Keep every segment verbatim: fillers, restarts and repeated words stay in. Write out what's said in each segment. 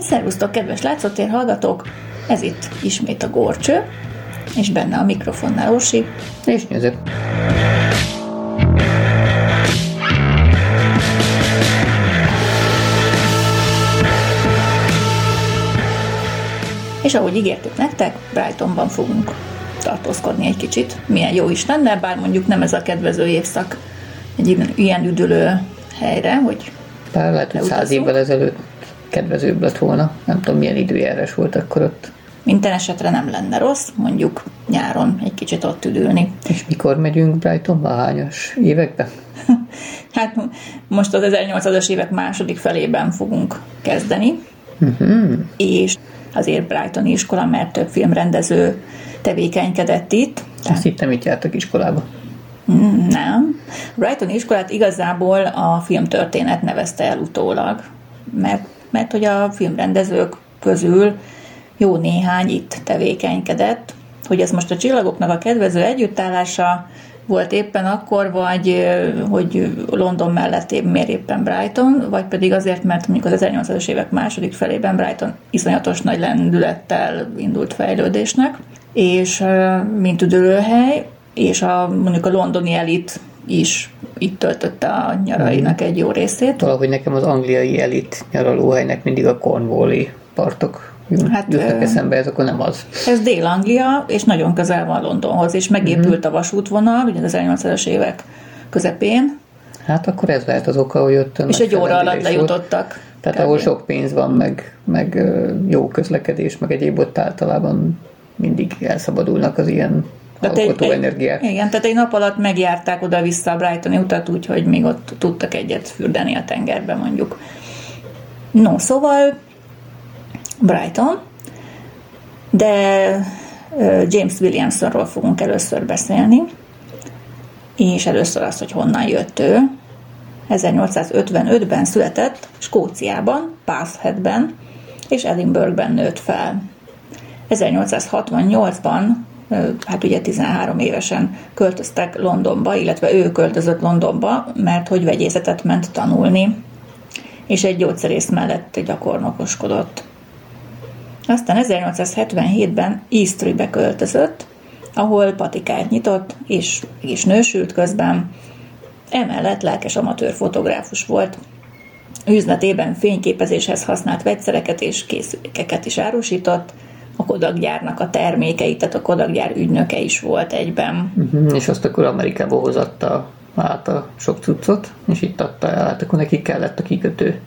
Szervusztok, kedves Látszótér hallgatók! Ez itt ismét a Górcső, és benne a mikrofonnál Orsi. És Nyöző. És ahogy ígértük nektek, Brightonban fogunk tartózkodni egy kicsit. Milyen jó is lenne, bár mondjuk nem ez a kedvező évszak egy ilyen üdülő helyre, hogy bár lehet, hogy száz évvel ezelőtt kedvezőbb lett volna. Nem tudom, milyen időjárás volt akkor ott. Minden esetre nem lenne rossz, mondjuk nyáron egy kicsit ott üdülni. És mikor megyünk Brightonba? Hányas években? Hát most az ezernyolcszázas évek második felében fogunk kezdeni, uh-huh. És azért Brightoni iskola, mert több filmrendező tevékenykedett itt. Azt hittem, itt jártak iskolába. Nem. Brightoni iskolát igazából a filmtörténet nevezte el utólag, mert, mert hogy a filmrendezők közül jó néhány itt tevékenykedett, hogy ez most a Csillagoknak a kedvező együttállása volt éppen akkor, vagy hogy London mellett miért éppen Brighton, vagy pedig azért, mert mondjuk az ezernyolcszázas évek második felében Brighton iszonyatos nagy lendülettel indult fejlődésnek, és mint üdülőhely, és a, mondjuk a londoni elit is itt töltötte a nyarainak egy jó részét. Valahogy nekem az angliai elit nyaralóhelynek mindig a Cornwalli partok hát, jutnak eszembe, ez akkor nem az. Ez Dél-Anglia, és nagyon közel van Londonhoz, és megépült uh-huh. a vasútvonal, ugye az ezernyolcszázas évek közepén. Hát akkor ez lehet az oka, hogy ott és egy óra alatt lejutottak. Tehát ahol sok pénz van, meg, meg jó közlekedés, meg egyéb, ott általában mindig elszabadulnak az ilyen alkotó energiák. Igen, tehát egy nap alatt megjárták oda-vissza a Brightoni utat, úgyhogy még ott tudtak egyet fürdeni a tengerbe, mondjuk. No, szóval Brighton, de James Williamsonról fogunk először beszélni, és először az, hogy honnan jött ő. ezernyolcszázötvenötben született Skóciában, Pathheadben, és Edinburghben nőtt fel. ezernyolcszázhatvannyolcban, hát ugye tizenhárom évesen költöztek Londonba, illetve ő költözött Londonba, mert hogy vegyészetet ment tanulni, és egy gyógyszerész mellett gyakornokoskodott. Aztán ezernyolcszázhetvenhétben Eastrybe költözött, ahol patikát nyitott, és, és nősült közben. Emellett lelkes amatőr fotográfus volt. Üzletében fényképezéshez használt vegyszereket és készülékeket is árusított, a Kodak gyárnak a termékeit, tehát a Kodak gyár ügynöke is volt egyben. Uh-huh. És azt akkor Amerikába hozatta át a sok cuccot, és itt adta el, hát akkor neki kellett a kikötő.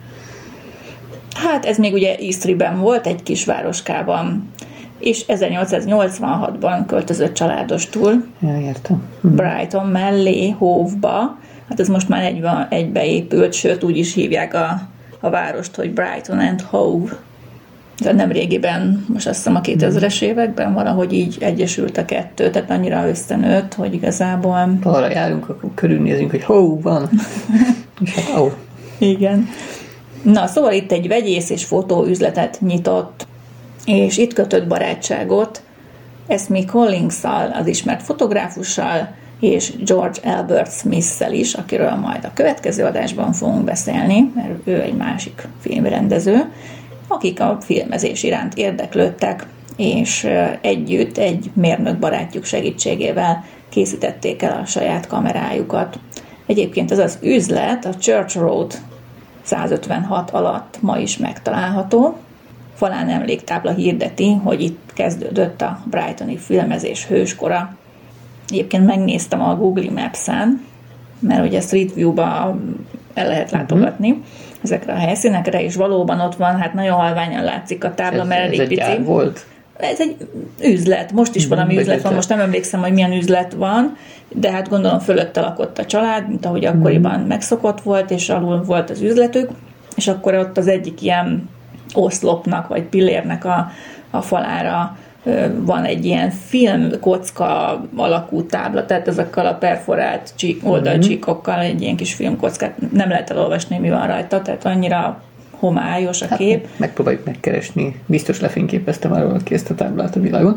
Hát ez még ugye Eastryben volt, egy kisvároskában, és ezernyolcszáznyolcvanhatban költözött családostul. Ja, értem. Uh-huh. Brighton mellé, Hove-ba, hát ez most már egybe, egybeépült, sőt úgy is hívják a, a várost, hogy Brighton and Hove. De nem régiben, most azt hiszem a kétezres években valahogy így egyesült a kettő, tehát annyira összenőtt, hogy igazából... Ha arra járunk, akkor körülnézünk, hogy hó, van. És hát ó. Igen. Na, szóval itt egy vegyész és fotóüzletet nyitott, és itt kötött barátságot Esme Collins-szal, az ismert fotográfussal, és George Albert Smith-szel is, akiről majd a következő adásban fogunk beszélni, mert ő egy másik filmrendező, akik a filmezés iránt érdeklődtek, és együtt egy mérnök barátjuk segítségével készítették el a saját kamerájukat. Egyébként ez az üzlet a Church Road százötvenhat alatt ma is megtalálható. Falán emléktábla hirdeti, hogy itt kezdődött a brightoni filmezés hőskora. Egyébként megnéztem a Google Maps-en, mert ugye Street View-ba el lehet látogatni uh-huh. ezekre a helyszínekre, és valóban ott van, hát nagyon halványan látszik a tábla, ez, mert elég ez pici. Ez egy gyár volt? Ez egy üzlet, most is valami uh-huh. üzlet van, most nem emlékszem, hogy milyen üzlet van, de hát gondolom fölötte lakott a család, mint ahogy akkoriban uh-huh. megszokott volt, és alul volt az üzletük, és akkor ott az egyik ilyen oszlopnak, vagy pillérnek a, a falára van egy ilyen filmkocka alakú tábla, tehát ezekkel a perforált csík, oldalcsíkokkal egy ilyen kis filmkockát nem lehet elolvasni, mi van rajta, tehát annyira homályos a hát kép. Megpróbáljuk megkeresni. Biztos lefényképezte már valaki ezt a táblát a világon.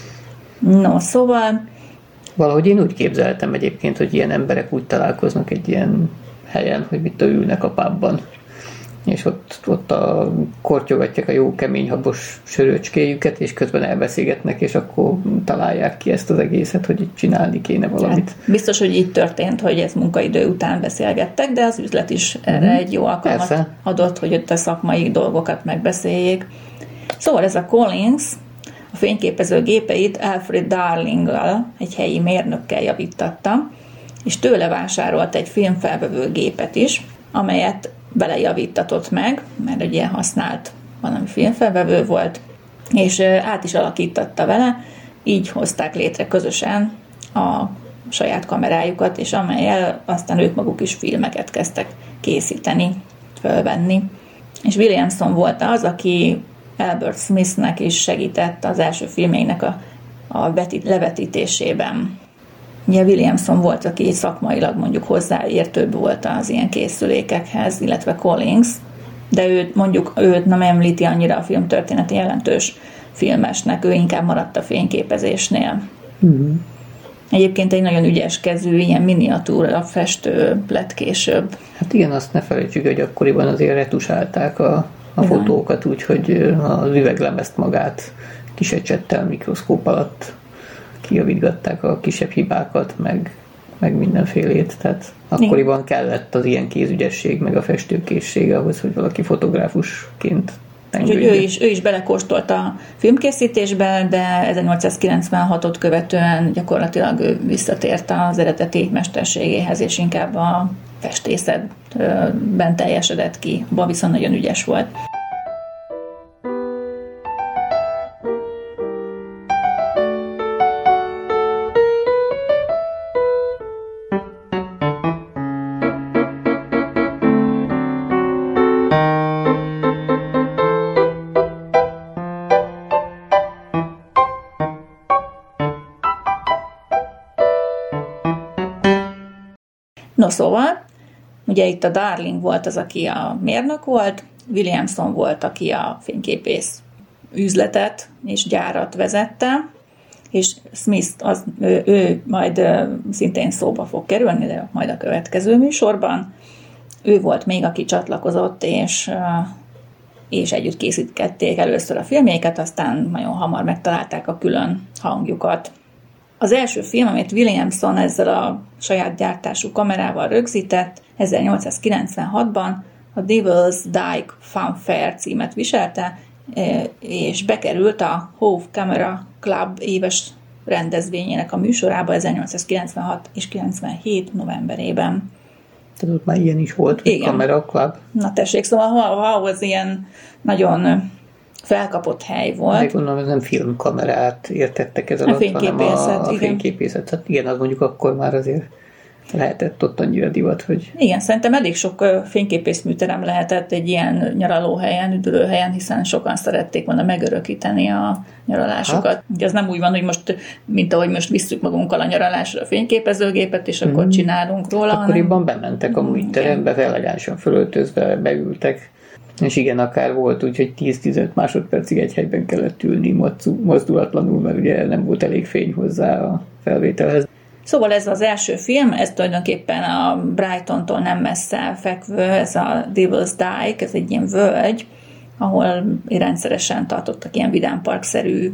No, szóval... Valahogy én úgy képzeltem egyébként, hogy ilyen emberek úgy találkoznak egy ilyen helyen, hogy mit ülnek a pubban. és ott, ott a, kortyogatják a jó kemény habos söröcskéjüket, és közben elbeszélgetnek, és akkor találják ki ezt az egészet, hogy itt csinálni kéne valamit. Hát, biztos, hogy így történt, hogy ez munkaidő után beszélgettek, de az üzlet is erre mm-hmm. egy jó alkalmat Persze. adott, hogy ott a szakmai dolgokat megbeszéljék. Szóval ez a Collins a fényképező gépeit Alfred Darlinggal, egy helyi mérnökkel javítatta, és tőle vásárolt egy filmfelvevő gépet is, amelyet belejavítatott meg, mert ugye használt valami filmfelvevő volt, és át is alakítatta vele, így hozták létre közösen a saját kamerájukat, és amellyel aztán ők maguk is filmeket kezdtek készíteni, fölvenni. És Williamson volt az, aki Albert Smithnek is segített az első filmjeinek a, a vetít, levetítésében. Ugye Williamson volt, aki szakmailag mondjuk hozzáértőbb volt az ilyen készülékekhez, illetve Collins, de őt mondjuk őt nem említi annyira a filmtörténeti jelentős filmesnek, ő inkább maradt a fényképezésnél. Mm-hmm. Egyébként egy nagyon ügyes kezű, ilyen miniatúra festő lett később. Hát igen, azt ne felejtsük, hogy akkoriban azért retusálták a, a fotókat, úgyhogy az üveglemezt magát kisecsettel, mikroszkóp alatt kijavítgatták a kisebb hibákat, meg, meg mindenfélét, tehát akkoriban kellett az ilyen kézügyesség, meg a festőkészség ahhoz, hogy valaki fotográfusként engedje. Ő is, ő is belekóstolt a filmkészítésbe, de ezernyolcszázkilencvenhatot követően gyakorlatilag ő visszatért az eredeti mesterségéhez, és inkább a festészetben teljesedett ki, abban viszont nagyon ügyes volt. No szóval, ugye itt a Darling volt az, aki a mérnök volt, Williamson volt, aki a fényképész üzletet és gyárat vezette, és Smith, az, ő, ő majd szintén szóba fog kerülni, de majd a következő műsorban. Ő volt még, aki csatlakozott, és, és együtt készítették először a filmjeiket, aztán nagyon hamar megtalálták a külön hangjukat. Az első film, amit Williamson ezzel a saját gyártású kamerával rögzített, ezernyolcszázkilencvenhatban a Devil's Dyke Funfair címet viselte, és bekerült a Hove Camera Club éves rendezvényének a műsorába ezernyolcszázkilencvenhat és kilencvenhét novemberében. Tehát ott már ilyen is volt, hogy Camera Club. Na tessék, szóval ahhoz ilyen nagyon felkapott hely volt. Még gondolom, ez nem filmkamerát értettek ez alatt, hanem a, a fényképészet. Hát igen, az mondjuk akkor már azért lehetett ott annyira divat, hogy... Igen, szerintem elég sok fényképészműterem lehetett egy ilyen nyaralóhelyen, üdülőhelyen, hiszen sokan szerették volna megörökíteni a nyaralásokat. Hát. Ugye az nem úgy van, hogy most, mint ahogy most visszük magunkkal a nyaralásra a fényképezőgépet, és akkor mm. csinálunk róla. Akkoriban hanem... bementek a műterembe, elegánsan fölöltözve, beültek. És igen, akár volt úgy, hogy tíz-tizenöt másodpercig egy helyben kellett ülni mozdulatlanul, mert ugye nem volt elég fény hozzá a felvételhez. Szóval ez az első film, ez tulajdonképpen a Brightontól nem messze fekvő, ez a Devil's Dyke, ez egy ilyen völgy, ahol rendszeresen tartottak ilyen vidámparkszerű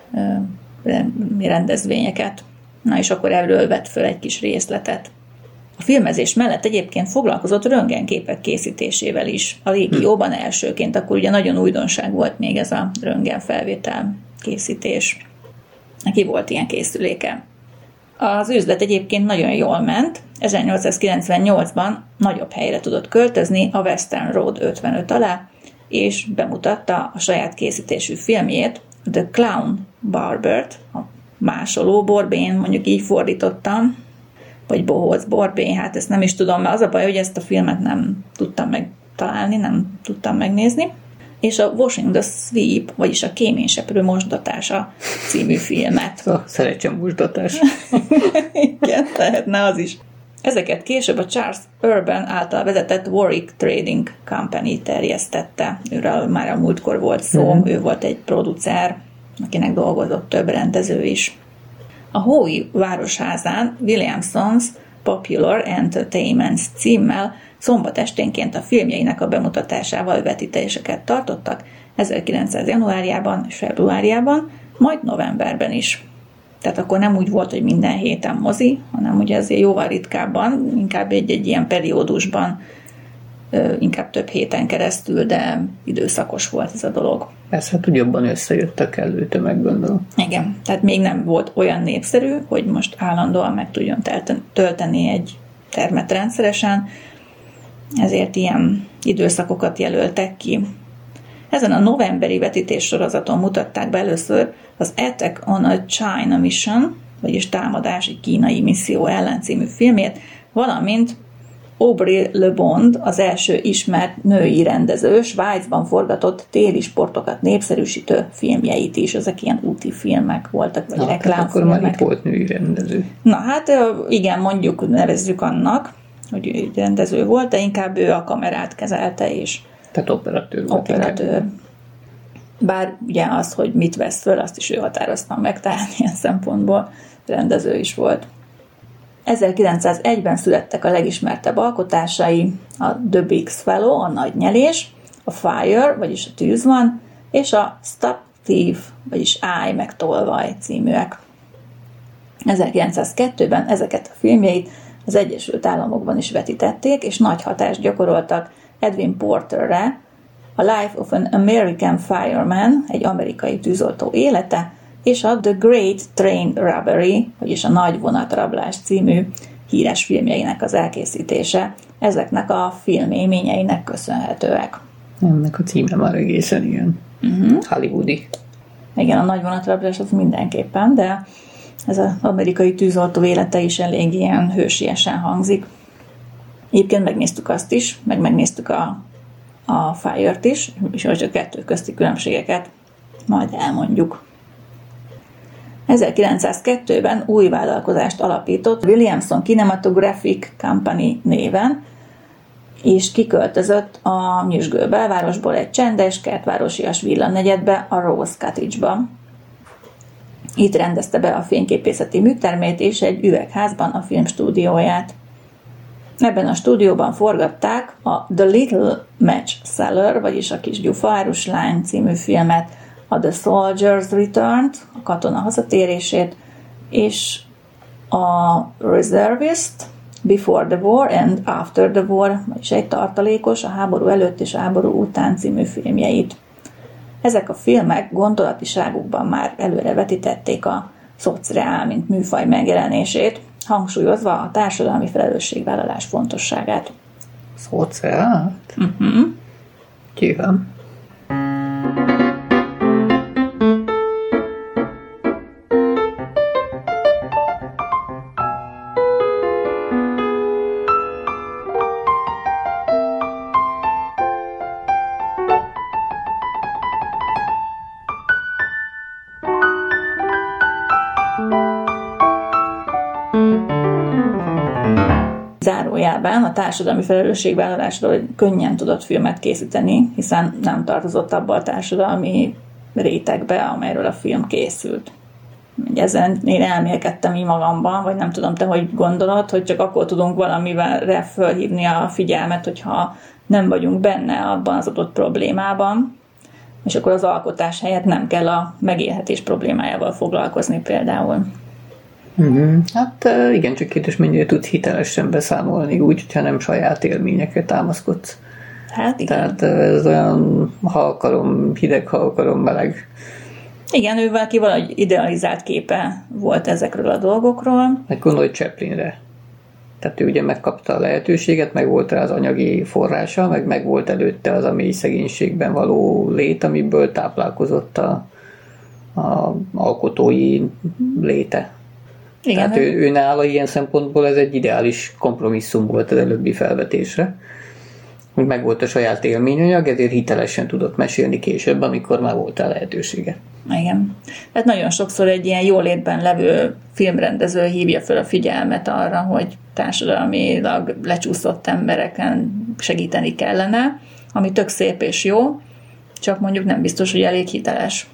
rendezvényeket. Na és akkor erről vett föl egy kis részletet. A filmezés mellett egyébként foglalkozott röntgenképek készítésével is. A légióban elsőként, akkor ugye nagyon újdonság volt még ez a röntgenfelvétel készítés. Neki volt ilyen készüléke. Az üzlet egyébként nagyon jól ment. ezernyolcszázkilencvennyolcban nagyobb helyre tudott költözni a Western Road ötvenöt alá, és bemutatta a saját készítésű filmjét, The Clown Barbert, a másoló borbén, mondjuk így fordítottam, vagy bohóc borbén, hát ezt nem is tudom, mert az a baj, hogy ezt a filmet nem tudtam megtalálni, nem tudtam megnézni. És a Washing the Sweep, vagyis a Kéményseprő mosdatása című filmet. A Szerencsém mosdatás. Igen, lehetne az is. Ezeket később a Charles Urban által vezetett Warwick Trading Company terjesztette. Őről már a múltkor volt szó, mm. ő volt egy producer, akinek dolgozott több rendező is. A Howe városházán Williamson's Popular Entertainments címmel szombat esténként a filmjeinek a bemutatásával vetítéseket tartottak ezerkilencszáz januárjában és februárjában, majd novemberben is. Tehát akkor nem úgy volt, hogy minden héten mozi, hanem ugye azért jóval ritkábban, inkább egy-egy ilyen periódusban, inkább több héten keresztül, de időszakos volt ez a dolog. Persze, hát úgy jobban összejött a kellő tömeg, gondolom. Igen, tehát még nem volt olyan népszerű, hogy most állandóan meg tudjon tölteni egy termet rendszeresen, ezért ilyen időszakokat jelöltek ki. Ezen a novemberi vetítés sorozaton mutatták be először az Attack on a China Mission, vagyis támadás egy kínai misszió ellen című filmét, valamint Aubrey Le Bond, az első ismert női rendező, Svájcban forgatott téli sportokat népszerűsítő filmjeit is. Ezek ilyen úti filmek voltak, vagy Na, reklámfilmek. Akkor már itt volt női rendező. Na hát igen, mondjuk nevezzük annak, hogy ő rendező volt, de inkább ő a kamerát kezelte, és tehát operatőr volt. Operatőr. Inkább. Bár ugye az, hogy mit vesz föl, azt is ő határozta meg, tehát ilyen szempontból rendező is volt. ezerkilencszázegyben születtek a legismertebb alkotásai, a The Big Swallow, a nagy nyelés, a Fire, vagyis a tűz van, és a Stop Thief, vagyis Állj meg tolvaj címűek. ezerkilencszázkettőben ezeket a filmjeit az Egyesült Államokban is vetítették, és nagy hatást gyakoroltak Edwin Porterre, a Life of an American Fireman, egy amerikai tűzoltó élete, és a The Great Train Robbery, vagyis a Nagy vonatrablás című híres filmjeinek az elkészítése ezeknek a filmélményeinek köszönhetőek. Ennek a címe már egészen ilyen uh-huh. hollywoodi. Igen, a Nagy vonatrablás az mindenképpen, de ez az amerikai tűzoltó élete is elég ilyen hősiesen hangzik. Egyébként megnéztük azt is, meg megnéztük a, a Fire-t is, és a kettő közti különbségeket majd elmondjuk. ezerkilencszázkettőben új vállalkozást alapított Williamson Cinematographic Company néven, és kiköltözött a nyüzsgő belvárosból egy csendes, kertvárosias villanegyedbe, a Rose Cottage-ba. Itt rendezte be a fényképészeti műtermét és egy üvegházban a filmstúdióját. Ebben a stúdióban forgatták a The Little Match Seller, vagyis a kis gyufaárus lány című filmet, a The Soldier's Return-t, a katona hazatérését, és a Reservist, Before the War and After the War, vagyis egy tartalékos, a háború előtt és a háború után című filmjeit. Ezek a filmek gondolatiságukban már előre vetítették a szociál, mint műfaj megjelenését, hangsúlyozva a társadalmi felelősségvállalás fontosságát. Szociál? Uh-huh. Kíván. Zárójában a társadalmi felelősségvállalásról könnyen tudott filmet készíteni, hiszen nem tartozott abba a társadalmi rétegbe, amelyről a film készült. Ezen én elmélkedtem így magamban, vagy nem tudom te, hogy gondolod, hogy csak akkor tudunk valamivel fölhívni a figyelmet, hogyha nem vagyunk benne abban az adott problémában, és akkor az alkotás helyett nem kell a megélhetés problémájával foglalkozni például. Uh-huh. Hát igen, csak kérdés, mennyire tudsz hitelesen beszámolni úgy, hogyha nem saját élményekre támaszkodsz. Hát igen. Tehát ez olyan, ha akarom hideg, ha akarom meleg. Igen, ő valaki valahogy idealizált képe volt ezekről a dolgokról. Meg gondolj Chaplinre. Tehát ő ugye megkapta a lehetőséget, meg volt rá az anyagi forrása, meg meg volt előtte az a mély szegénységben való lét, amiből táplálkozott a, a alkotói léte. Igen, tehát ő, ő nála ilyen szempontból ez egy ideális kompromisszum volt az előbbi felvetésre. Hogy meg volt a saját élményanyag, ezért hitelesen tudott mesélni később, amikor már volt a lehetősége. Igen. Tehát nagyon sokszor egy ilyen jólétben levő filmrendező hívja fel a figyelmet arra, hogy társadalmilag lecsúszott embereken segíteni kellene, ami tök szép és jó, csak mondjuk nem biztos, hogy elég hiteles.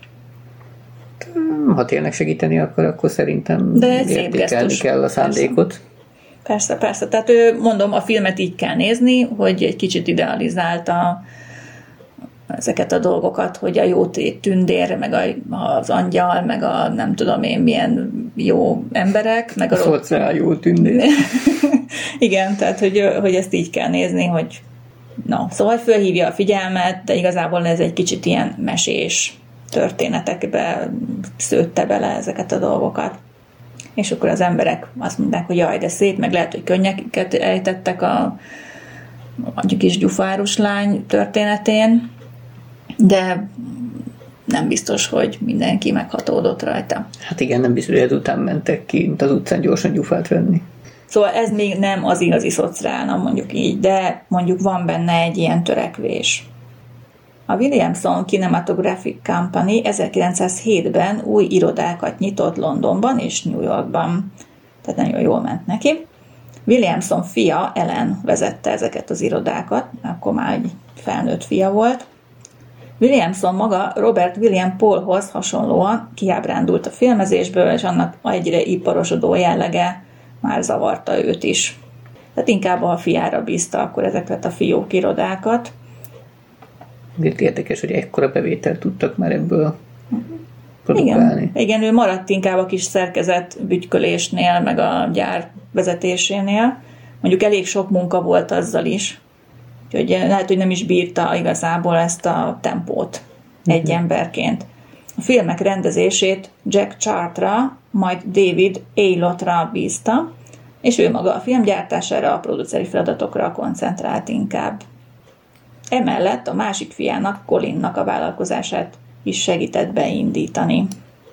Ha tényleg segíteni akar, akkor szerintem de értékelni kell a szándékot. Persze, persze. Tehát ő, mondom, a filmet így kell nézni, hogy egy kicsit idealizálta ezeket a dolgokat, hogy a jó tündér, meg a, az angyal, meg a nem tudom én milyen jó emberek. Meg a, a szociál jó tündér. Igen, tehát hogy, hogy ezt így kell nézni, hogy no, szóval fölhívja a figyelmet, de igazából ez egy kicsit ilyen mesés történetekbe szőtte bele ezeket a dolgokat. És akkor az emberek azt mondják, hogy jaj, de szép, meg lehet, hogy könnyeket ejtettek a, a kis gyufárus lány történetén, de nem biztos, hogy mindenki meghatódott rajta. Hát igen, nem biztos, hogy ezután mentek ki, mint az utcán gyorsan gyufát venni. Szóval ez még nem az igazi szociálna, mondjuk így, de mondjuk van benne egy ilyen törekvés. A Williamson Cinematographic Company ezerkilencszázhétben új irodákat nyitott Londonban és New Yorkban. Tehát nagyon jól ment neki. Williamson fia, Ellen vezette ezeket az irodákat, akkor már egy felnőtt fia volt. Williamson maga Robert William Paulhoz hasonlóan kiábrándult a filmezésből, és annak egyre iparosodó jellege már zavarta őt is. Tehát inkább a fiára bízta akkor ezeket a fiók irodákat. Miért érdekes, hogy ekkora bevételt tudtak már ebből produkálni. Igen, igen, ő maradt inkább a kis szerkezet bütykölésnél, meg a gyár vezetésénél. Mondjuk elég sok munka volt azzal is, úgyhogy lehet, hogy nem is bírta igazából ezt a tempót egy uh-huh. emberként. A filmek rendezését Jack Chartra, majd David Aylotra bízta, és ő maga a filmgyártására, a produceri feladatokra koncentrált inkább. Emellett a másik fiának, Colinnak a vállalkozását is segített beindítani.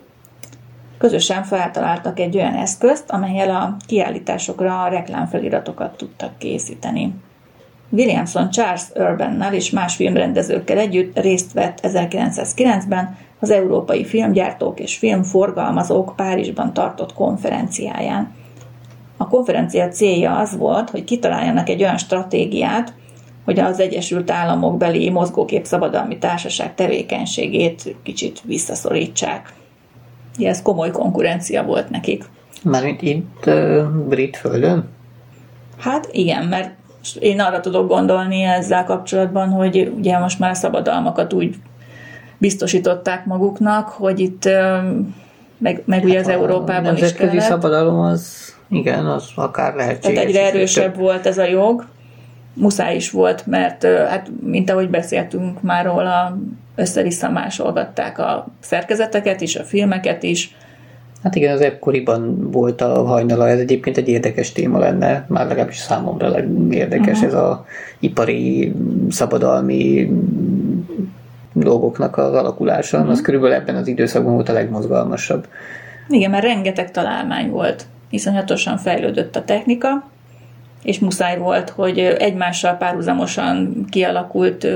Közösen feltaláltak egy olyan eszközt, amellyel a kiállításokra a reklámfeliratokat tudtak készíteni. Williamson Charles Urbannal és más filmrendezőkkel együtt részt vett ezerkilencszázkilencben az Európai Filmgyártók és Filmforgalmazók Párizsban tartott konferenciáján. A konferencia célja az volt, hogy kitaláljanak egy olyan stratégiát, hogy az Egyesült Államok beli mozgókép szabadalmi társaság tevékenységét kicsit visszaszorítsák. Ugye ez komoly konkurencia volt nekik. Mármint itt uh, brit földön? Hát igen, mert én arra tudok gondolni ezzel kapcsolatban, hogy ugye most már a szabadalmakat úgy biztosították maguknak, hogy itt meg, meg hát ugye az Európában is kellett. A nemzetközi szabadalom az, igen, az akár lehetséges. Tehát egyre erősebb több. Volt ez a jog. Muszáj is volt, mert hát mint ahogy beszéltünk már róla, össze-vissza másolgatták a szerkezeteket is, a filmeket is. Hát igen, az ekkoriban volt a hajnala, ez egyébként egy érdekes téma lenne, már legalábbis számomra érdekes uh-huh. ez a ipari, szabadalmi dolgoknak az alakulása, uh-huh. az körülbelül ebben az időszakban volt a legmozgalmasabb. Igen, mert rengeteg találmány volt, iszonyatosan fejlődött a technika, és muszáj volt, hogy egymással párhuzamosan kialakult,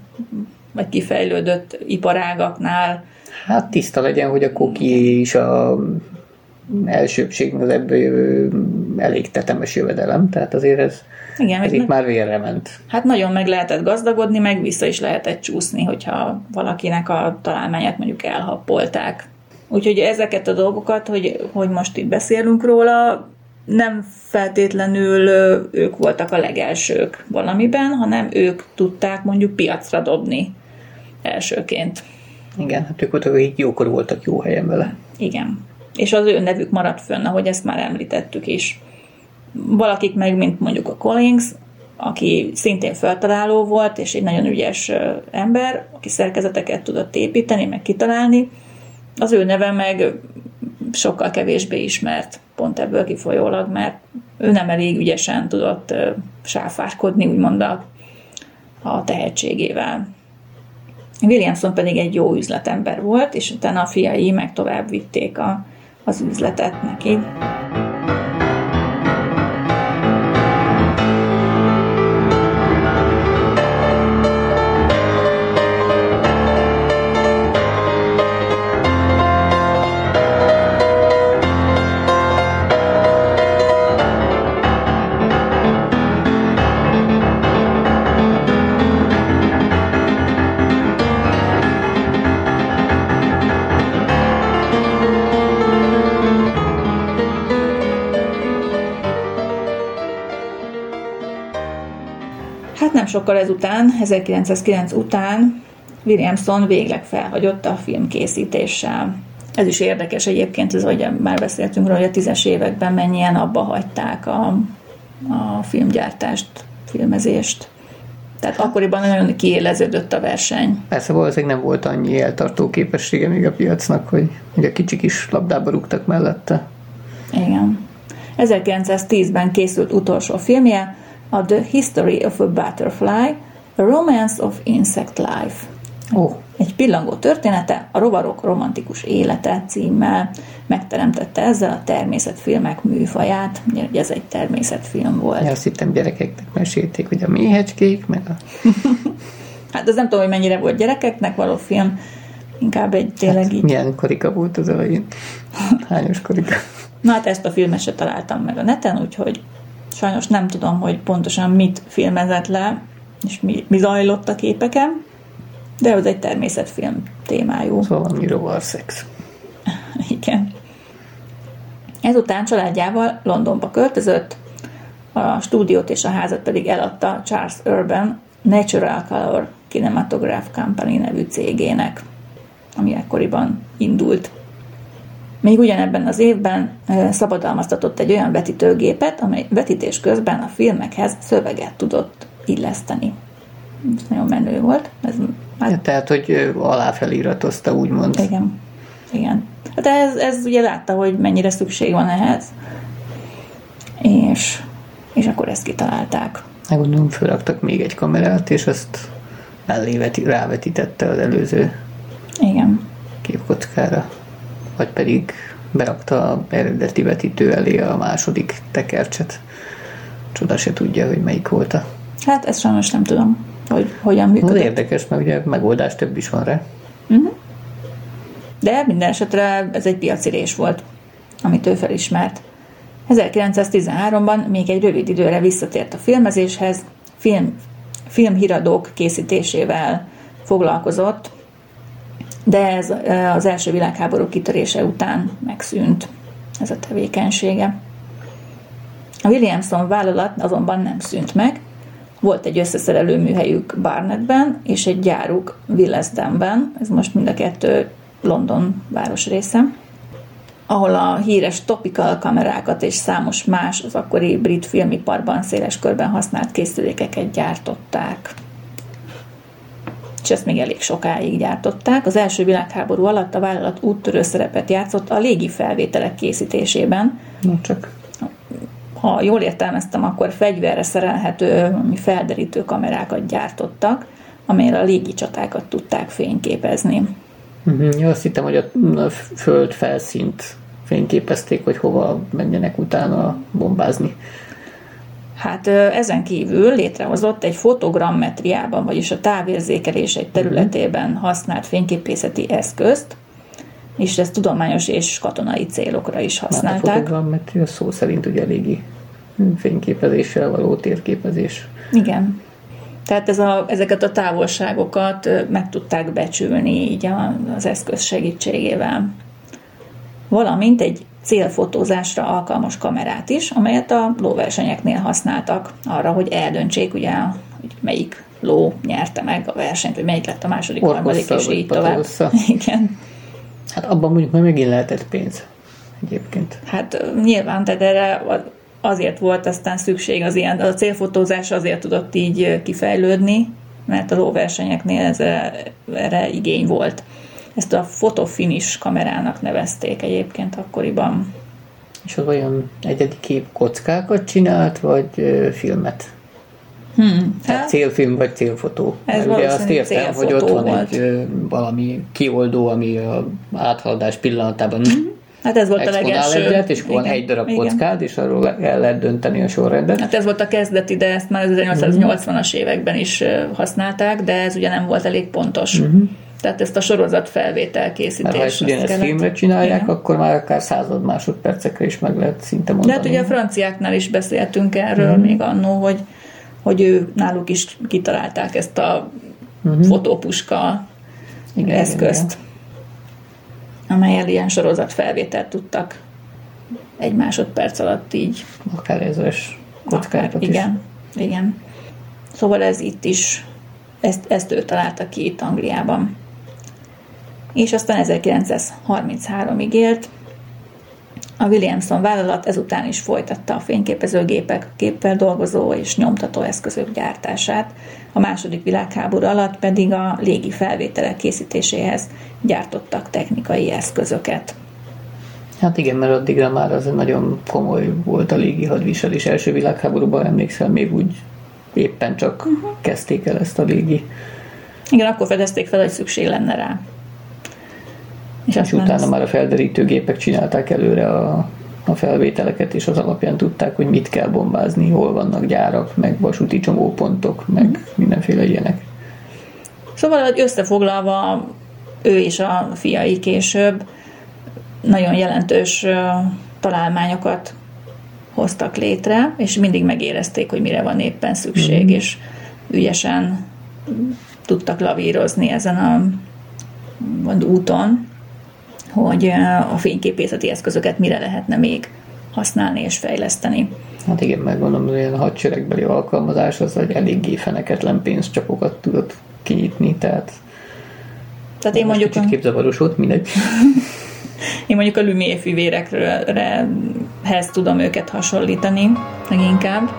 vagy kifejlődött iparágaknál. Hát tiszta legyen, hogy a koki is a elsőbség, az ebből jövő elég tetemes jövedelem, tehát azért ez, igen, ez itt meg, már vérre ment. Hát nagyon meg lehetett gazdagodni, meg vissza is lehetett csúszni, hogyha valakinek a találmányát mondjuk elhappolták. Úgyhogy ezeket a dolgokat, hogy, hogy most itt beszélünk róla, nem feltétlenül ők voltak a legelsők valamiben, hanem ők tudták mondjuk piacra dobni elsőként. Igen, hát ők voltak, akik jókor voltak jó helyen vele. Igen. És az ő nevük maradt fönn, ahogy ezt már említettük is. Valakik meg, mint mondjuk a Collins, aki szintén feltaláló volt, és egy nagyon ügyes ember, aki szerkezeteket tudott építeni, meg kitalálni, az ő neve meg sokkal kevésbé ismert, pont ebből kifolyólag, mert ő nem elég ügyesen tudott sáfárkodni, úgymond a, a tehetségével. Williamson pedig egy jó üzletember volt, és utána a fiai meg tovább vitték a, az üzletet neki. sokkal ezután, ezerkilencszázkilenc után Williamson végleg felhagyott a filmkészítéssel. Ez is érdekes egyébként, ez, hogy már beszéltünk róla, hogy a tízes években mennyien abba hagyták a, a filmgyártást, filmezést. Tehát akkoriban nagyon kiéleződött a verseny. Persze valószínűleg nem volt annyi eltartó képessége még a piacnak, hogy, hogy a kicsik is labdába rúgtak mellette. Igen. ezerkilencszáztízben készült utolsó filmje, a The History of a Butterfly, A Romance of Insect Life. Oh. Egy pillangó története, a rovarok romantikus élete címmel megteremtette ezzel a természetfilmek műfaját. Ugye ez egy természetfilm volt. Ja, azt hittem gyerekeknek mesélték, hogy a méhecskék, meg a... Hát az nem tudom, hogy mennyire volt gyerekeknek való film, inkább egy tényleg hát, így... Milyen korika volt az elején? Hányos korika? Na hát ezt a filmet se találtam meg a neten, úgyhogy sajnos nem tudom, hogy pontosan mit filmezett le, és mi, mi zajlott a képeken, de ez egy természetfilm témájú. Szóval valami rovarszex. Igen. Ezután családjával Londonba költözött, a stúdiót és a házat pedig eladta Charles Urban Natural Color Cinematograph Company nevű cégének, ami ekkoriban indult. Még ugyanebben az évben szabadalmaztatott egy olyan vetítőgépet, amely vetítés közben a filmekhez szöveget tudott illeszteni. Ez nagyon menő volt. Ez már... ja, tehát, hogy aláfeliratozta, úgymond. Igen. Igen. Hát ez, ez ugye látta, hogy mennyire szükség van ehhez, és, és akkor ezt kitalálták. Megmondom, fölraktak még egy kamerát, és azt mellé rávetítette az előző Igen. képkockára. Vagy pedig berakta a eredeti vetítő elé a második tekercset. Csoda se tudja, hogy melyik volt a... Hát ezt sajnos nem tudom, hogy hogyan működik. Az érdekes, mert ugye megoldás több is van rá. Uh-huh. De minden esetre ez egy piacirés volt, amit ő felismert. ezerkilencszáztizenháromban még egy rövid időre visszatért a filmezéshez, film, filmhíradók készítésével foglalkozott, de ez az első világháború kitörése után megszűnt ez a tevékenysége. A Williamson vállalat azonban nem szűnt meg, volt egy összeszerelő műhelyük Barnetben, és egy gyáruk Willesdenben, ez most mind a kettő London városrésze, ahol a híres topical kamerákat és számos más az akkori brit filmiparban széles körben használt készülékeket gyártották. És ezt még elég sokáig gyártották. Az első világháború alatt a vállalat úttörő szerepet játszott a légi felvételek készítésében. No, csak. Ha jól értelmeztem, akkor fegyverre szerelhető felderítő kamerákat gyártottak, amelyre a légi csatákat tudták fényképezni. Uh-huh. Ja, azt hittem, hogy a föld felszínt fényképezték, hogy hova menjenek utána bombázni. Hát ezen kívül létrehozott egy fotogrammetriában, vagyis a távérzékelés egy területében használt fényképészeti eszközt, és ezt tudományos és katonai célokra is használták. Hát a fotogrammetria szó szerint ugye eléggé fényképezéssel való térképezés. Igen. Tehát ez a, ezeket a távolságokat meg tudták becsülni így az eszköz segítségével. Valamint egy célfotózásra alkalmas kamerát is, amelyet a lóversenyeknél használtak arra, hogy eldöntsék, ugye, hogy melyik ló nyerte meg a versenyt, vagy melyik lett a második, harmadik, és így tovább. Igen. Hát abban mondjuk már megint lehetett pénz egyébként. Hát nyilván, tehát erre azért volt aztán szükség az ilyen, a célfotózás azért tudott így kifejlődni, mert a lóversenyeknél ez, erre igény volt. Ezt a fotofinish kamerának nevezték egyébként akkoriban. És az olyan egyedi kép kockákat csinált, vagy ö, filmet? Hmm, hát, hát célfilm, vagy célfotó. Ez ugye azt értem, hogy ott van volt. egy ö, valami kioldó, ami a áthaladás pillanatában hmm. hát ez volt a legelső. Egyet, és van egy darab igen. kockád, és arról el lehet dönteni a sorrendet. Hát ez volt a kezdeti, de ezt már az ezernyolcszáznyolcvanas években is használták, de ez ugye nem volt elég pontos. Uh-huh. Tehát ezt a sorozat felvétel készítés. Mert ha ezt ugyanezt filmre csinálják, igen. akkor már akár század másodpercekre is meg lehet szinte mondani. De hát ugye a franciáknál is beszéltünk erről uh-huh. még annó, hogy, hogy ő náluk is kitalálták ezt a uh-huh. fotópuska igen, eszközt, igen. amellyel ilyen sorozat felvételt tudtak egy másodperc alatt így. Akár ezres kockákat is. Igen, igen. Szóval ez itt is, ezt, ezt ő találta ki itt Angliában. És aztán ezerkilencszázharminchárom-ig élt. A Williamson vállalat ezután is folytatta a fényképezőgépek, géppel dolgozó és nyomtató eszközök gyártását, a második világháború alatt pedig a légi felvételek készítéséhez gyártottak technikai eszközöket. Hát igen, mert addigra már az nagyon komoly volt a légi hadviselés. Első világháborúban emlékszel, még úgy éppen csak uh-huh. kezdték el ezt a légi. Igen, akkor fedezték fel, hogy szükség lenne rá. És, és utána ezt... már a felderítőgépek csinálták előre a, a felvételeket, és az alapján tudták, hogy mit kell bombázni, hol vannak gyárak, meg vasúti csomópontok, meg uh-huh. mindenféle ilyenek. Szóval, hogy összefoglalva, ő és a fiai később nagyon jelentős találmányokat hoztak létre, és mindig megérezték, hogy mire van éppen szükség, mm. és ügyesen tudtak lavírozni ezen a úton, hogy a fényképészeti eszközöket mire lehetne még használni és fejleszteni. Hát igen, megmondom, hogy a hadseregbeli alkalmazás az egy eléggé feneketlen pénzcsapokat tudott kinyitni, tehát, tehát én mondjuk kicsit képzavaros volt, mindegy. Én mondjuk a Lumière fűvérekhez tudom őket hasonlítani, leginkább.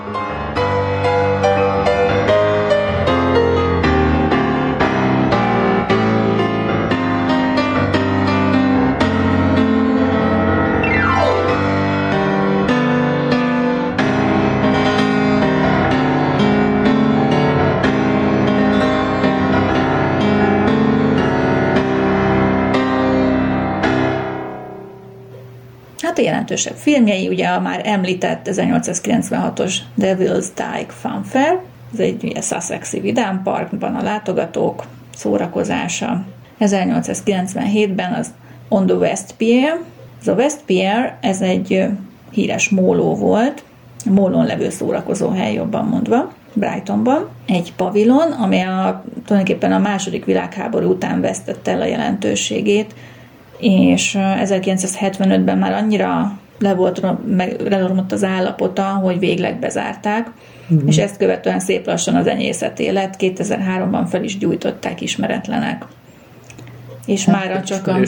A jelentősebb filmjei, ugye a már említett ezernyolcszázkilencvenhatos Devil's Dyke Funfair, ez egy ugye Sussexi vidámparkban a látogatók szórakozása. ezernyolcszázkilencvenhétben az On the West Pier. Ez a West Pier, ez egy híres móló volt, mólón levő szórakozóhely jobban mondva, Brightonban. Egy pavilon, amely a, tulajdonképpen a második világháború után vesztette el a jelentőségét, és ezerkilencszázhetvenötben már annyira le volt, leromlott az állapota, hogy végleg bezárták, uh-huh. és ezt követően szép lassan az enyészeté lett, kétezer-háromban fel is gyújtották ismeretlenek. És hát, mára csak a...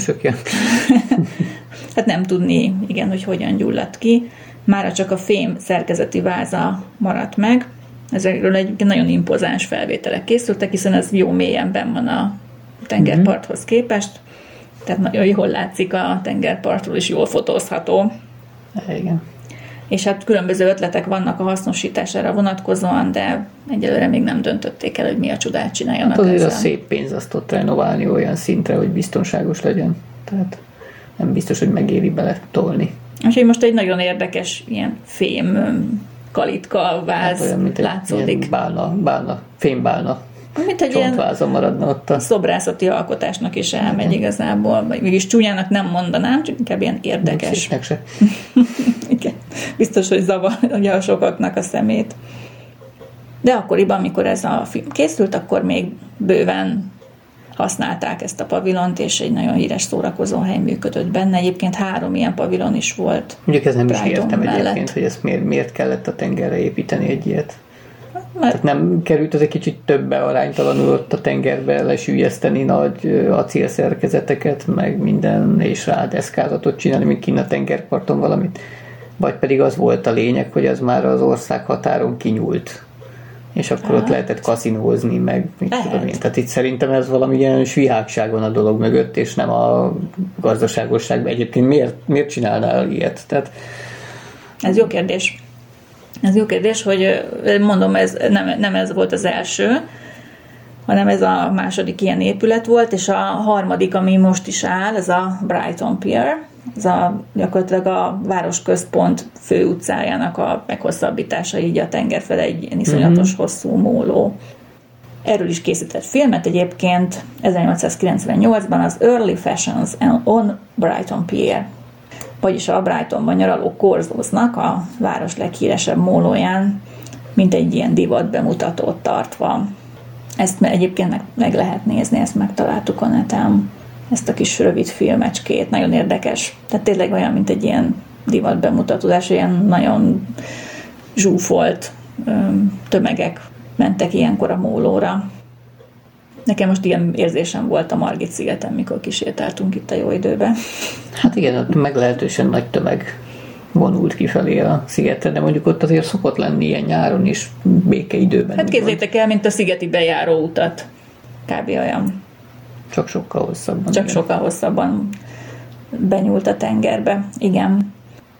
hát nem tudni, igen, hogy hogyan gyulladt ki. Mára csak a fém szerkezeti váza maradt meg. Ezekről egy nagyon impozáns felvételek készültek, hiszen ez jó mélyen benn van a tengerparthoz képest. Tehát nagyon jól látszik a tengerpartról, és jól fotózható. Igen. És hát különböző ötletek vannak a hasznosítására vonatkozóan, de egyelőre még nem döntötték el, hogy mi a csodát csináljanak hát azért ezzel. A szép pénz azt ott renoválni olyan szintre, hogy biztonságos legyen. Tehát nem biztos, hogy megéri bele tolni. Úgyhogy most egy nagyon érdekes ilyen fém kalitka váz hát olyan, mint látszódik. Egy bálna, bálna, fémbálna. Mint egy ilyen maradna ott a... szobrászati alkotásnak is elmegy igen. igazából, vagy mégis csúnyának nem mondanám, csak inkább ilyen érdekes. Se. Igen. Biztos, hogy zavarja a sokaknak a szemét. De akkoriban, amikor ez a film készült, akkor még bőven használták ezt a pavilont, és egy nagyon híres szórakozóhely működött benne. Egyébként három ilyen pavilon is volt. Mondjuk ez nem Brighton is értem mellett. Egyébként, hogy ezt miért, miért kellett a tengerre építeni egy ilyet. Mert tehát nem került az egy kicsit többe aránytalanul ott a tengerbe lesüllyeszteni nagy acélszerkezeteket, meg minden, és rá deszkázatot csinálni, mint kinn a tengerparton valamit. Vagy pedig az volt a lényeg, hogy az már az ország határon kinyúlt. És akkor hát. Ott lehetett kaszinózni, meg mit Lehet. tudom én. Tehát itt szerintem ez valamilyen svihágság van a dolog mögött, és nem a gazdaságosság. Egyébként miért, miért csinálnál ilyet? Tehát... Ez jó kérdés. Ez jó kérdés, hogy mondom, ez nem, nem ez volt az első, hanem ez a második ilyen épület volt, és a harmadik, ami most is áll, ez a Brighton Pier, ez a, gyakorlatilag a városközpont főutcájának a meghosszabbítása, így a tenger fel egy iszonyatos mm-hmm. hosszú móló. Erről is készített filmet egyébként ezernyolcszázkilencvennyolcban az Early Fashions on Brighton Pier, vagyis a Brightonban nyaraló korzóznak a város leghíresebb mólóján, mint egy ilyen divat bemutatót tartva. Ezt egyébként meg, meg lehet nézni, ezt megtaláltuk a neten, ezt a kis rövid filmecskét, nagyon érdekes. Tehát tényleg olyan, mint egy ilyen divat bemutatás, ilyen nagyon zsúfolt tömegek mentek ilyenkor a mólóra. Nekem most ilyen érzésem volt a Margit szigeten, mikor kísértáltunk itt a jó időben. Hát igen, ott meglehetősen nagy tömeg vonult kifelé a szigetre, de mondjuk ott azért szokott lenni ilyen nyáron is, békeidőben. Hát képzeljétek el, mint a szigeti bejáró utat. Kb. Olyan. Csak sokkal hosszabban. Csak igen. sokkal hosszabban benyúlt a tengerbe. Igen.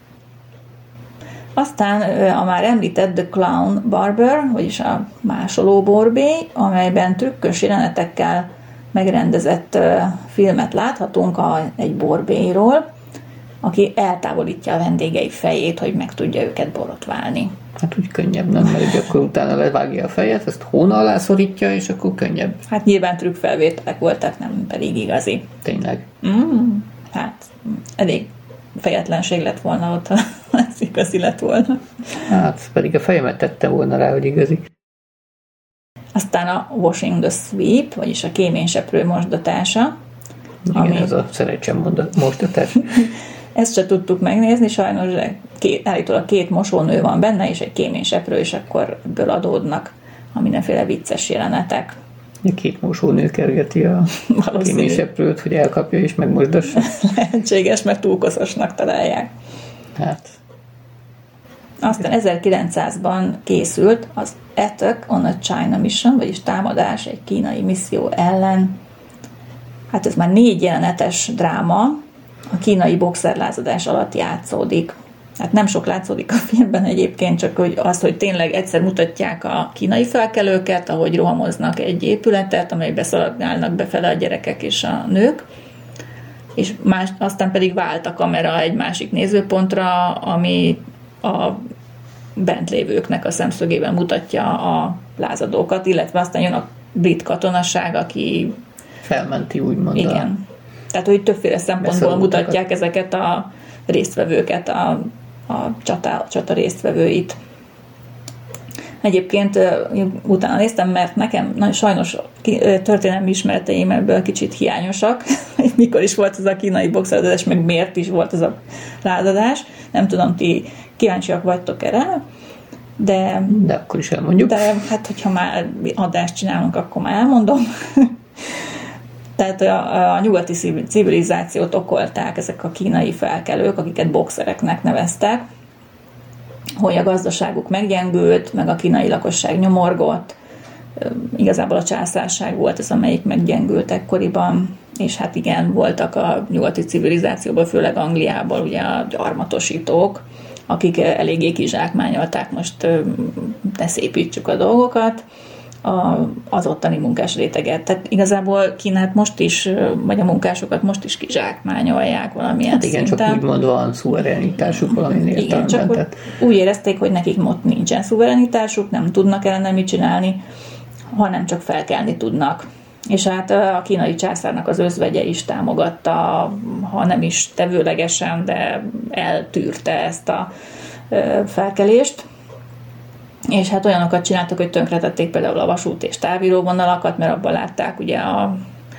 Aztán a már említett The Clown Barber, vagyis a másoló borbély, amelyben trükkös jelenetekkel megrendezett filmet láthatunk a, egy borbélyról, aki eltávolítja a vendégei fejét, hogy meg tudja őket borotválni. Hát úgy könnyebb, nem? Mert akkor utána levágja a fejet, ezt hóna alá szorítja, és akkor könnyebb. Hát nyilván trükkfelvételek voltak, nem pedig igazi. Tényleg. Mm, hát elég fejetlenség lett volna ott, ha ez igazi lett volna. Hát pedig a fejemet tette volna rá, hogy igazi. Aztán a washing the sweep, vagyis a kéményseprő mosdatása. Igen, ami... ez a szerencsém mosdatás. Ezt se tudtuk megnézni, sajnos két, állítólag két mosónő van benne, és egy kéményseprő, és akkor ebből adódnak a mindenféle vicces jelenetek. Két mosónő kergeti a kéményseprőt, hogy elkapja és megmosdassa. Lehetséges, mert túl koszosnak találják. Hát. Aztán ezerkilencszázban készült az Attack on a China Mission, vagyis támadás egy kínai misszió ellen. Hát ez már négy jelenetes dráma, a kínai boxerlázadás alatt játszódik. Hát nem sok látszódik a filmben egyébként, csak hogy az, hogy tényleg egyszer mutatják a kínai felkelőket, ahogy rohamoznak egy épületet, amelybe szaladgálnak befele a gyerekek és a nők, és más, aztán pedig vált a kamera egy másik nézőpontra, ami a bent lévőknek a szemszögében mutatja a lázadókat, illetve aztán jön a brit katonasság, aki felmenti, úgymond. Igen. Tehát, hogy többféle szempontból mutatják ezeket a résztvevőket, a, a csata, csata résztvevőit. Egyébként utána néztem, mert nekem nagyon sajnos történelmi ismereteim ebből kicsit hiányosak, mikor is volt ez a kínai boxerlázadás, meg miért is volt ez a lázadás. Nem tudom, ti kíváncsiak vagytok erre, de... De akkor is elmondjuk. De hát, hogyha már adást csinálunk, akkor már elmondom. Tehát a, a nyugati civilizációt okolták ezek a kínai felkelők, akiket boxereknek neveztek, hogy a gazdaságuk meggyengült, meg a kínai lakosság nyomorgott. Igazából a császárság volt az, amelyik meggyengült ekkoriban, és hát igen, voltak a nyugati civilizációból, főleg Angliából ugye a gyarmatosítók, akik eléggé kizsákmányolták, most ne szépítsük a dolgokat, A, az ottani munkás réteget. Tehát igazából Kínát most is, vagy a munkásokat most is kizsákmányolják valamilyen hát igen, szinten. csak úgymond van szuverenitásuk valamilyen értelemben. Igen, csak tehát... úgy érezték, hogy nekik most nincsen szuverenitásuk, nem tudnak ellene mit csinálni, hanem csak felkelni tudnak. És hát a kínai császárnak az özvegye is támogatta, ha nem is tevőlegesen, de eltűrte ezt a felkelést. És hát olyanokat csináltak, hogy tönkretették például a vasút és távíróvonalakat, mert abban látták ugye a,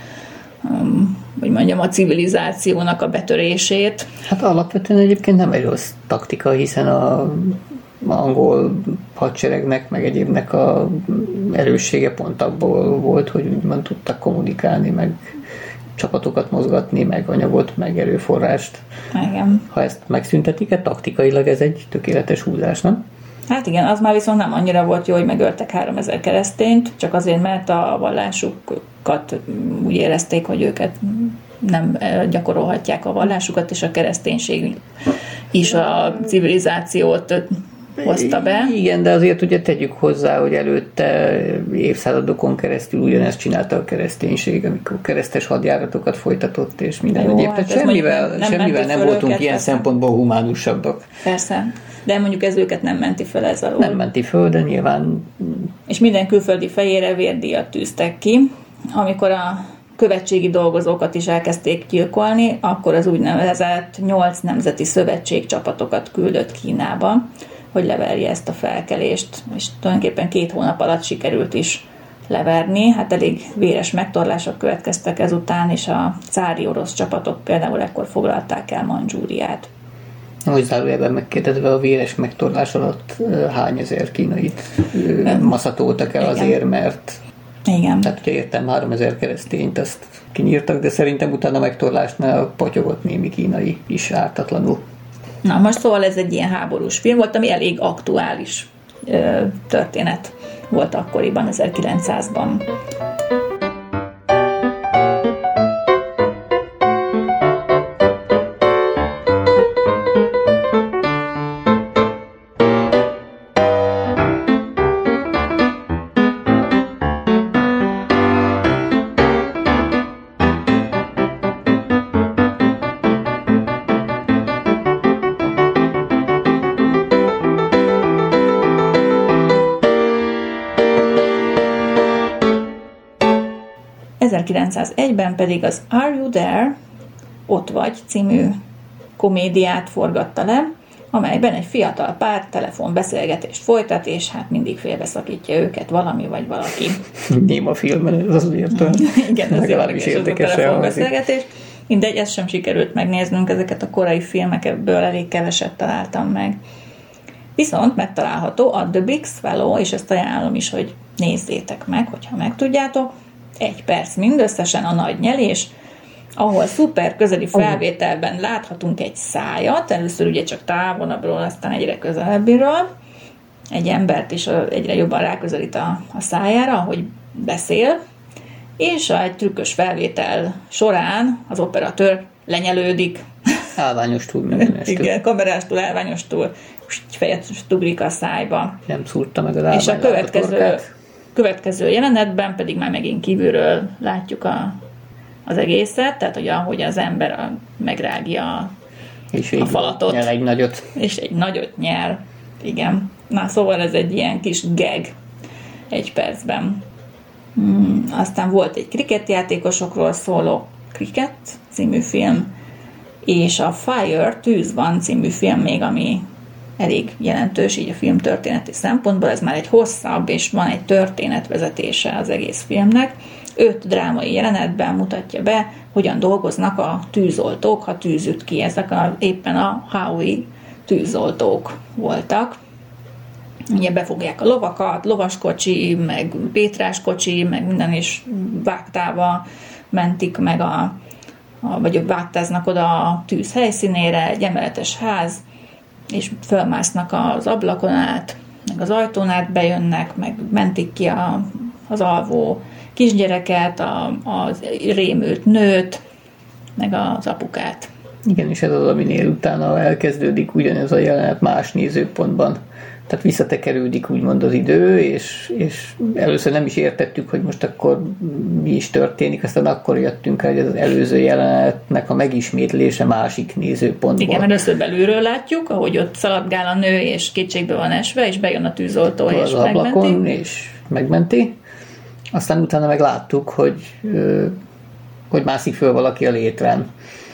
um, hogy mondjam, a civilizációnak a betörését. Hát alapvetően egyébként nem egy rossz taktika, hiszen a angol hadseregnek, meg egyébnek a erőssége pont abból volt, hogy úgymond tudtak kommunikálni, meg csapatokat mozgatni, meg anyagot, meg erőforrást. Igen. Ha ezt megszüntetik, taktikailag ez egy tökéletes húzás, nem? Hát igen, az már viszont nem annyira volt jó, hogy megöltek háromezer keresztényt, csak azért, mert a vallásukat úgy érezték, hogy őket nem gyakorolhatják a vallásukat, és a kereszténység is a civilizációt hozta be. Igen, de azért ugye tegyük hozzá, hogy előtte évszázadokon keresztül ugyanezt csinálta a kereszténység, amikor keresztes hadjáratokat folytatott, és minden Jó, egyéb. hát Tehát semmivel nem, nem, semmivel nem voltunk őket, ilyen persze. Szempontból humánusabbak. Persze. De mondjuk ez őket nem menti föl ez alól. Nem menti föl, de nyilván... És minden külföldi fejére vérdíjat tűztek ki. Amikor a követségi dolgozókat is elkezdték gyilkolni, akkor az úgynevezett nyolc nemzeti szövetség csapatokat küldött Kínába, hogy leverje ezt a felkelést. És tulajdonképpen két hónap alatt sikerült is leverni. Hát elég véres megtorlások következtek ezután, és a cári orosz csapatok például ekkor foglalták el Mandzsúriát. Most zárójelben megkérdezve, a véres megtorlás alatt hány ezer kínait maszatoltak el azért, mert igen. Tehát, hogyha értem, háromezer keresztényt azt kinyírtak, de szerintem utána a megtorlásnál potyogott némi kínai is ártatlanul. Na, most szóval ez egy ilyen háborús film volt, ami elég aktuális ö, történet volt akkoriban, ezerkilencszázban. ezerkilencszázegyben pedig az Are You There? Ott vagy című komédiát forgatta le, amelyben egy fiatal pár telefonbeszélgetést folytat, és hát mindig félbeszakítja őket valami vagy valaki. Néma filmben ez az értelme. Igen, ez legalábbis érdekes a telefonbeszélgetés. Mindegy, ezt sem sikerült megnéznünk, ezeket a korai filmekből elég keveset találtam meg. Viszont megtalálható a The Big Swallow, és ezt ajánlom is, hogy nézzétek meg, hogyha meg tudjátok. Egy perc mindösszesen a nagy nyelés, ahol szuper közeli felvételben láthatunk egy szájat, először ugye csak távolabbról, aztán egyre közelebbiről, egy embert is egyre jobban ráközelít a, a szájára, ahogy beszél, és egy trükkös felvétel során az operatőr lenyelődik. Állványostul mindenestől. Igen, kamerástól, állványostól, fejet ugrik a szájba. Nem szúrta meg az állvány. És a következő... Következő jelenetben pedig már megint kívülről látjuk a, az egészet, tehát hogy ahogy az ember a, megrágja a, és a falatot. Nyel egy nagyot. És egy nagyot nyer. Igen. Na, szóval ez egy ilyen kis gag egy percben. Hmm, aztán volt egy kriketjátékosokról szóló Cricket című film, és a Fire, Tűz van című film még, ami elég jelentős így a film történeti szempontból, ez már egy hosszabb, és van egy történetvezetése az egész filmnek. Öt drámai jelenetben mutatja be, hogyan dolgoznak a tűzoltók, ha tűz üt ki. Ezek a, éppen a Howie tűzoltók voltak. Ugye befogják a lovakat, lovaskocsi, meg pétráskocsi, meg minden is vágtával mentik meg a, a vagy vágtáznak oda a tűz helyszínére, egy emeletes ház, és fölmásznak az ablakon át, meg az ajtón át bejönnek, meg mentik ki a, az alvó kisgyereket, a, a rémült nőt, meg az apukát. Igen, és ez az, aminél utána elkezdődik ugyanez a jelenet más nézőpontban. Tehát visszatekerődik úgymond az idő, és, és először nem is értettük, hogy most akkor mi is történik, aztán akkor jöttünk rá, hogy ez az előző jelenetnek a megismétlése másik nézőpontból. Igen, először belülről látjuk, ahogy ott szaladgál a nő, és kétségbe van esve, és bejön a tűzoltó, az és ablakon, megmenti. És megmenti. Aztán utána meg láttuk, hogy, hogy mászik föl valaki a létrán.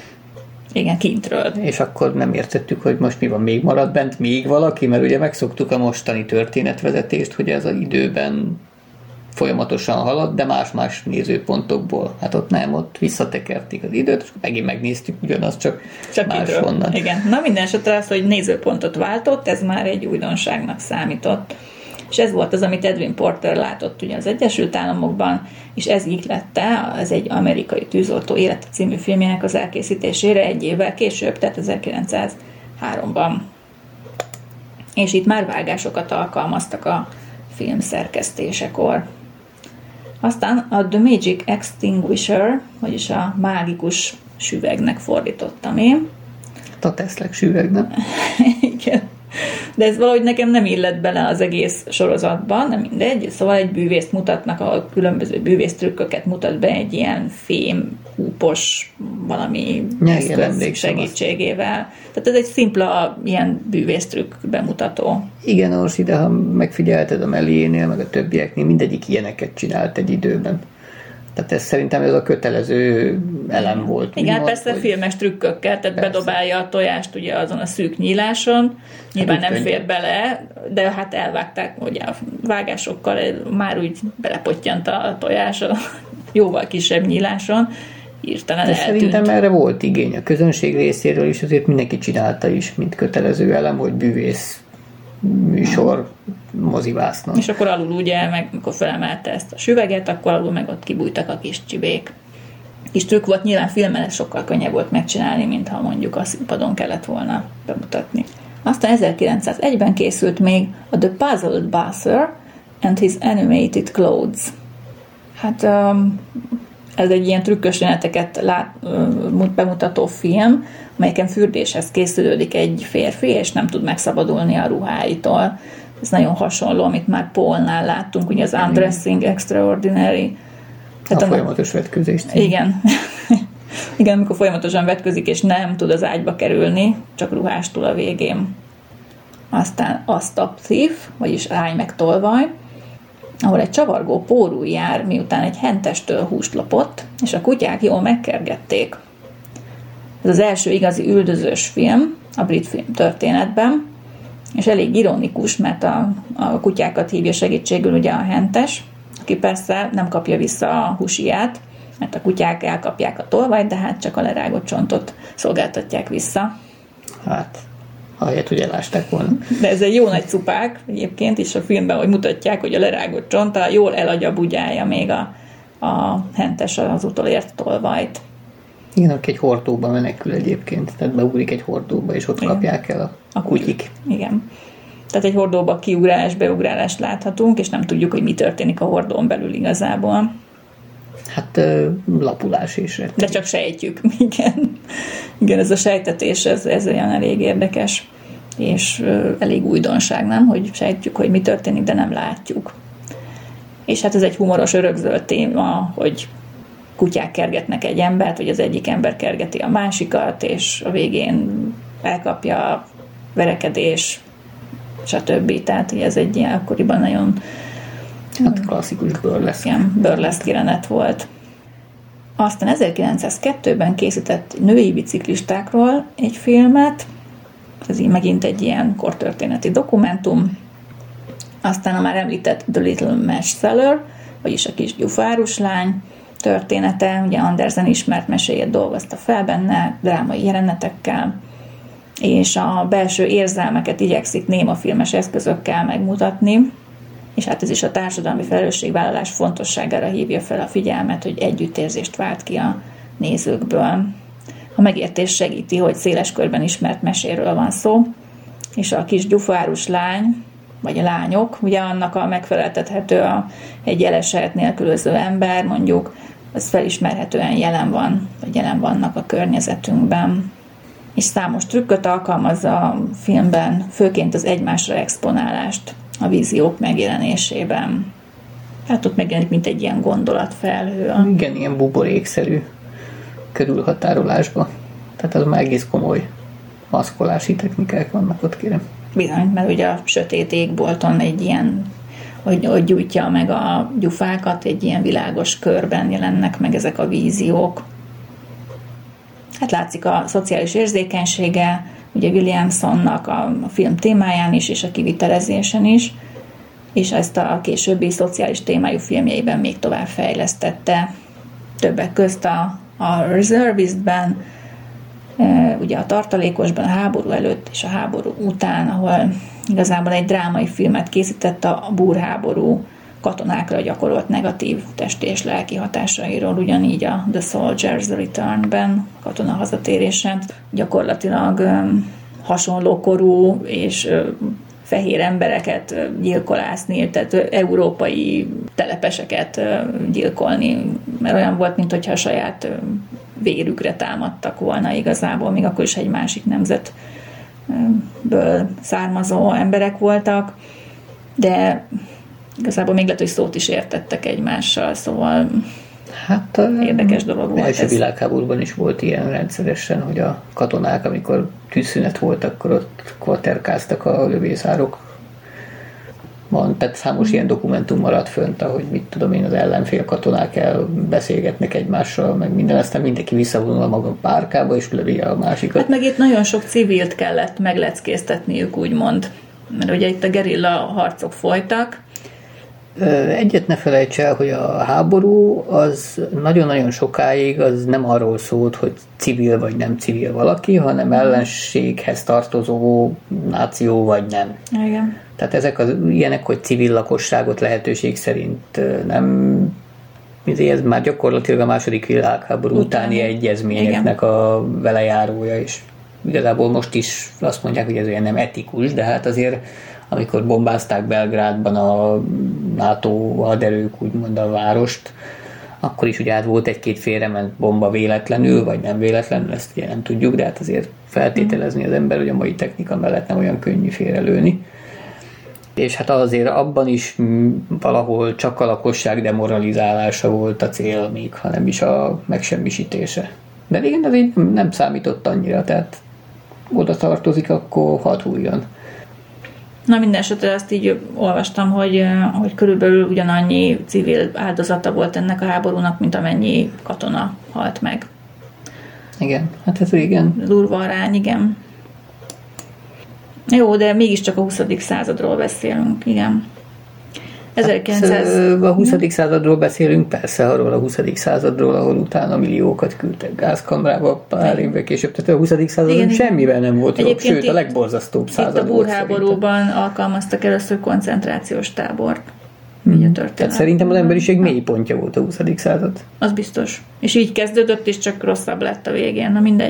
Igen, kintről. És akkor nem értettük, hogy most mi van, még maradt bent még valaki, mert ugye megszoktuk a mostani történetvezetést, hogy ez az időben folyamatosan halad, de más-más nézőpontokból. Hát ott nem, ott visszatekerték az időt, és megint megnéztük ugyanazt, csak, csak máshonnan. Igen. Na minden esetre az, hogy nézőpontot váltott, ez már egy újdonságnak számított. És ez volt az, amit Edwin Porter látott ugye az Egyesült Államokban, és ez ihlette az egy amerikai tűzoltó élete című filmjének az elkészítésére egy évvel később, tehát ezerkilencszázháromban. És itt már vágásokat alkalmaztak a film szerkesztésekor. Aztán a The Magic Extinguisher, vagyis a mágikus süvegnek fordítottam én. A Tesla süveg, nem? Igen. De ez valahogy nekem nem illett bele az egész sorozatban, nem mindegy. Szóval egy bűvészt mutatnak, ahol különböző bűvésztrükköket mutat be egy ilyen fém, húpos valami eszköz segítségével. Tehát ez egy szimpla ilyen bűvésztrükk bemutató. Igen, Orsi, de ha megfigyelted a Mellénél, meg a többieknél, mindegyik ilyeneket csinált egy időben. Tehát ez szerintem ez a kötelező elem volt. Igen, mond, persze hogy... filmes trükkökkel, tehát persze. Bedobálja a tojást ugye azon a szűk nyíláson, nyilván hát nem fér bele, de hát elvágták ugye a vágásokkal, már úgy belepottyant a tojás a jóval kisebb nyíláson, hirtelen eltűnt. Szerintem erre volt igény a közönség részéről, és azért mindenki csinálta is, mint kötelező elem, hogy bűvész műsor mozivászna. És akkor alul ugye, meg mikor felemelte ezt a süveget, akkor alul meg ott kibújtak a kis csibék. Kis trükk volt, nyilván filmen ez sokkal könnyebb volt megcsinálni, mint ha mondjuk a színpadon kellett volna bemutatni. Aztán ezerkilencszázegyben készült még a The Puzzled Buzzer and His Animated Clothes. Hát ez egy ilyen trükkös jeleneteket lát, bemutató film, amelyeken fürdéshez készülődik egy férfi, és nem tud megszabadulni a ruháitól. Ez nagyon hasonló, amit már Paulnál láttunk, ugye az Undressing Extraordinary. Tehát a folyamatos vetközés. Igen. Igen, amikor folyamatosan vetközik, és nem tud az ágyba kerülni, csak ruhástól a végén. Aztán a Stop Thief, vagyis Állj meg tolvaj, ahol egy csavargó pórú jár, miután egy hentestől húst lopott, és a kutyák jól megkergették. Ez az első igazi üldözős film a brit film történetben, és elég ironikus, mert a, a kutyákat hívja segítségül ugye a hentes, aki persze nem kapja vissza a húsiját, mert a kutyák elkapják a tolvajt, de hát csak a lerágott csontot szolgáltatják vissza. Hát, ahelyett, hogy elásták volna. De ez egy jó nagy cupák egyébként, és a filmben, hogy mutatják, hogy a lerágott csonta jól elagyabugyálja még a, a hentes az utolért tolvajt. Igen, aki egy hordóba menekül egyébként, tehát beugrik egy hordóba, és ott igen. kapják el a, a kutyik. Igen. Tehát egy hordóba kiugrálás, beugrálást láthatunk, és nem tudjuk, hogy mi történik a hordón belül igazából. Hát lapulás is. De csak sejtjük, igen. Igen, ez a sejtetés, ez, ez olyan elég érdekes, és elég újdonság, nem? Hogy sejtjük, hogy mi történik, de nem látjuk. És hát ez egy humoros, örökzöld téma, hogy kutyák kergetnek egy embert, vagy az egyik ember kergeti a másikat, és a végén elkapja a verekedés, stb. Tehát, hogy ez egy ilyen akkoriban nagyon hát klasszikus burleszk. Igen, burleszk jelenet volt. Aztán ezerkilencszázkettőben készített női biciklistákról egy filmet, ez így megint egy ilyen kortörténeti dokumentum. Aztán a már említett The Little Match Seller, vagyis a kis gyufárus lány története, ugye Andersen ismert meséjét dolgozta fel benne, drámai jelenetekkel, és a belső érzelmeket igyekszik némafilmes eszközökkel megmutatni, és hát ez is a társadalmi felelősségvállalás fontosságára hívja fel a figyelmet, hogy együttérzést vált ki a nézőkből. A megértés segíti, hogy széles körben ismert meséről van szó, és a kis gyufárus lány, vagy a lányok, ugye annak a megfeleltethető a, egy eleset nélkülöző ember, mondjuk, az felismerhetően jelen van, vagy jelen vannak a környezetünkben. És számos trükköt alkalmaz a filmben, főként az egymásra exponálást a víziók megjelenésében. Hát ott megjelenik, mint egy ilyen gondolatfelhő. Igen, ilyen buborékszerű körülhatárolásban. Tehát az már egész komoly maszkolási technikák vannak ott, kérem. Bizony, mert ugye a sötét égbolton egy ilyen, hogy, hogy gyújtja meg a gyufákat, egy ilyen világos körben jelennek meg ezek a víziók. Hát látszik a szociális érzékenysége, ugye Williamsonnak a, a film témáján is, és a kivitelezésen is, és ezt a későbbi szociális témájú filmjeiben még tovább fejlesztette. Többek közt a, a Reservistben, e, ugye a tartalékosban, a háború előtt és a háború után, ahol igazából egy drámai filmet készített a búrháború katonákra gyakorolt negatív testi és lelki hatásairól, ugyanígy a The Soldier's Return-ben, a katona hazatérésen gyakorlatilag um, hasonló korú és um, fehér embereket gyilkolászni, tehát európai telepeseket um, gyilkolni, mert olyan volt, mintha a saját um, vérükre támadtak volna igazából, még akkor is egy másik nemzetből származó emberek voltak, de igazából még lehet, hogy szót is értettek egymással, szóval hát, érdekes dolog volt első ez. világháborúban is volt ilyen rendszeresen, hogy a katonák, amikor tűzszünet volt, akkor ott kvaterkáztak a lövészárok. Van, tehát számos ilyen dokumentum maradt fönt, ahogy mit tudom én, az ellenfél katonák elbeszélgetnek egymással, meg minden, aztán mindenki visszavonul a maga párkába, és lövi a másikat. Hát meg itt nagyon sok civilt kellett megleckéztetniük, úgymond. Mert ugye itt a gerilla harcok folytak, Egyet ne felejts el, hogy a háború az nagyon-nagyon sokáig az nem arról szólt, hogy civil vagy nem civil valaki, hanem ellenséghez tartozó náció vagy nem. Igen. Tehát ezek az ilyenek, hogy civil lakosságot lehetőség szerint nem, ez már gyakorlatilag a második világháború utáni, utáni egyezményeknek igen. a velejárója, és igazából most is azt mondják, hogy ez olyan nem etikus, de hát azért amikor bombázták Belgrádban a NATO haderők úgymond a várost, akkor is ugye hát volt egy-két félrement bomba véletlenül, vagy nem véletlenül, ezt ugye nem tudjuk, de hát azért feltételezni az ember, hogy a mai technika mellett nem olyan könnyű félrelőni. És hát azért abban is valahol csak a lakosság demoralizálása volt a cél még, hanem is a megsemmisítése. De igen, ez így nem számított annyira, tehát oda tartozik, akkor hadd hújjon. Na minden esetre azt így olvastam, hogy, hogy körülbelül ugyanannyi civil áldozata volt ennek a háborúnak, mint amennyi katona halt meg. Igen, hát ez igen. Durva arány, igen. Jó, de mégiscsak a huszadik századról beszélünk, igen. ezerkilencszáz... Hát, a huszadik századról beszélünk, persze arról a huszadik századról, ahol utána milliókat küldtek gázkamrába pár évvel később. Tehát a huszadik században semmivel nem volt jobb, sőt itt, a legborzasztóbb század volt. Itt a búrháborúban alkalmaztak először koncentrációs tábort. Hmm. Tehát szerintem az emberiség mélypontja volt a huszadik század. Az biztos. És így kezdődött, és csak rosszabb lett a végén. Na mindegy.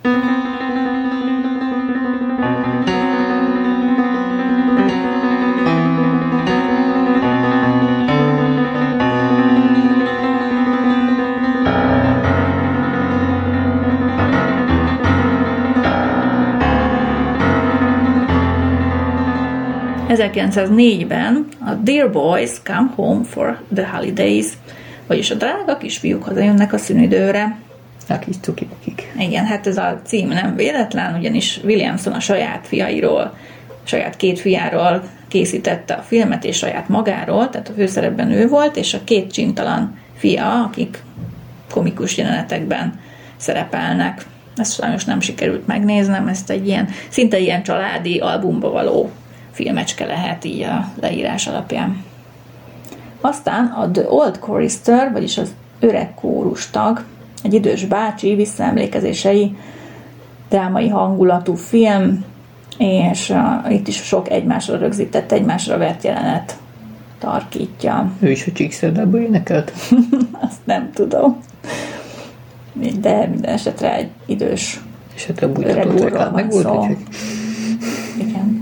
ezerkilencszáznégyben a Dear Boys Come Home for the Holidays, vagyis a drága kisfiúk hazajönnek a szünidőre. A kis cukikik. Igen, hát ez a cím nem véletlen, ugyanis Williamson a saját fiairól, saját két fiáról készítette a filmet, és saját magáról, tehát a főszerepben ő volt, és a két csintalan fia, akik komikus jelenetekben szerepelnek. Ezt sajnos nem sikerült megnéznem, ezt egy ilyen, szinte ilyen családi albumba való filmecske lehet így a leírás alapján. Aztán a The Old Chorister, vagyis az öreg kórustag, egy idős bácsi visszaemlékezései, drámai hangulatú film, és uh, itt is sok egymásra rögzített, egymásra vert jelenet tarkítja. Ő is a Csíkszerdában énekelt? Azt nem tudom. De minden esetre egy idős esetre öreg úrról van szó. Igen.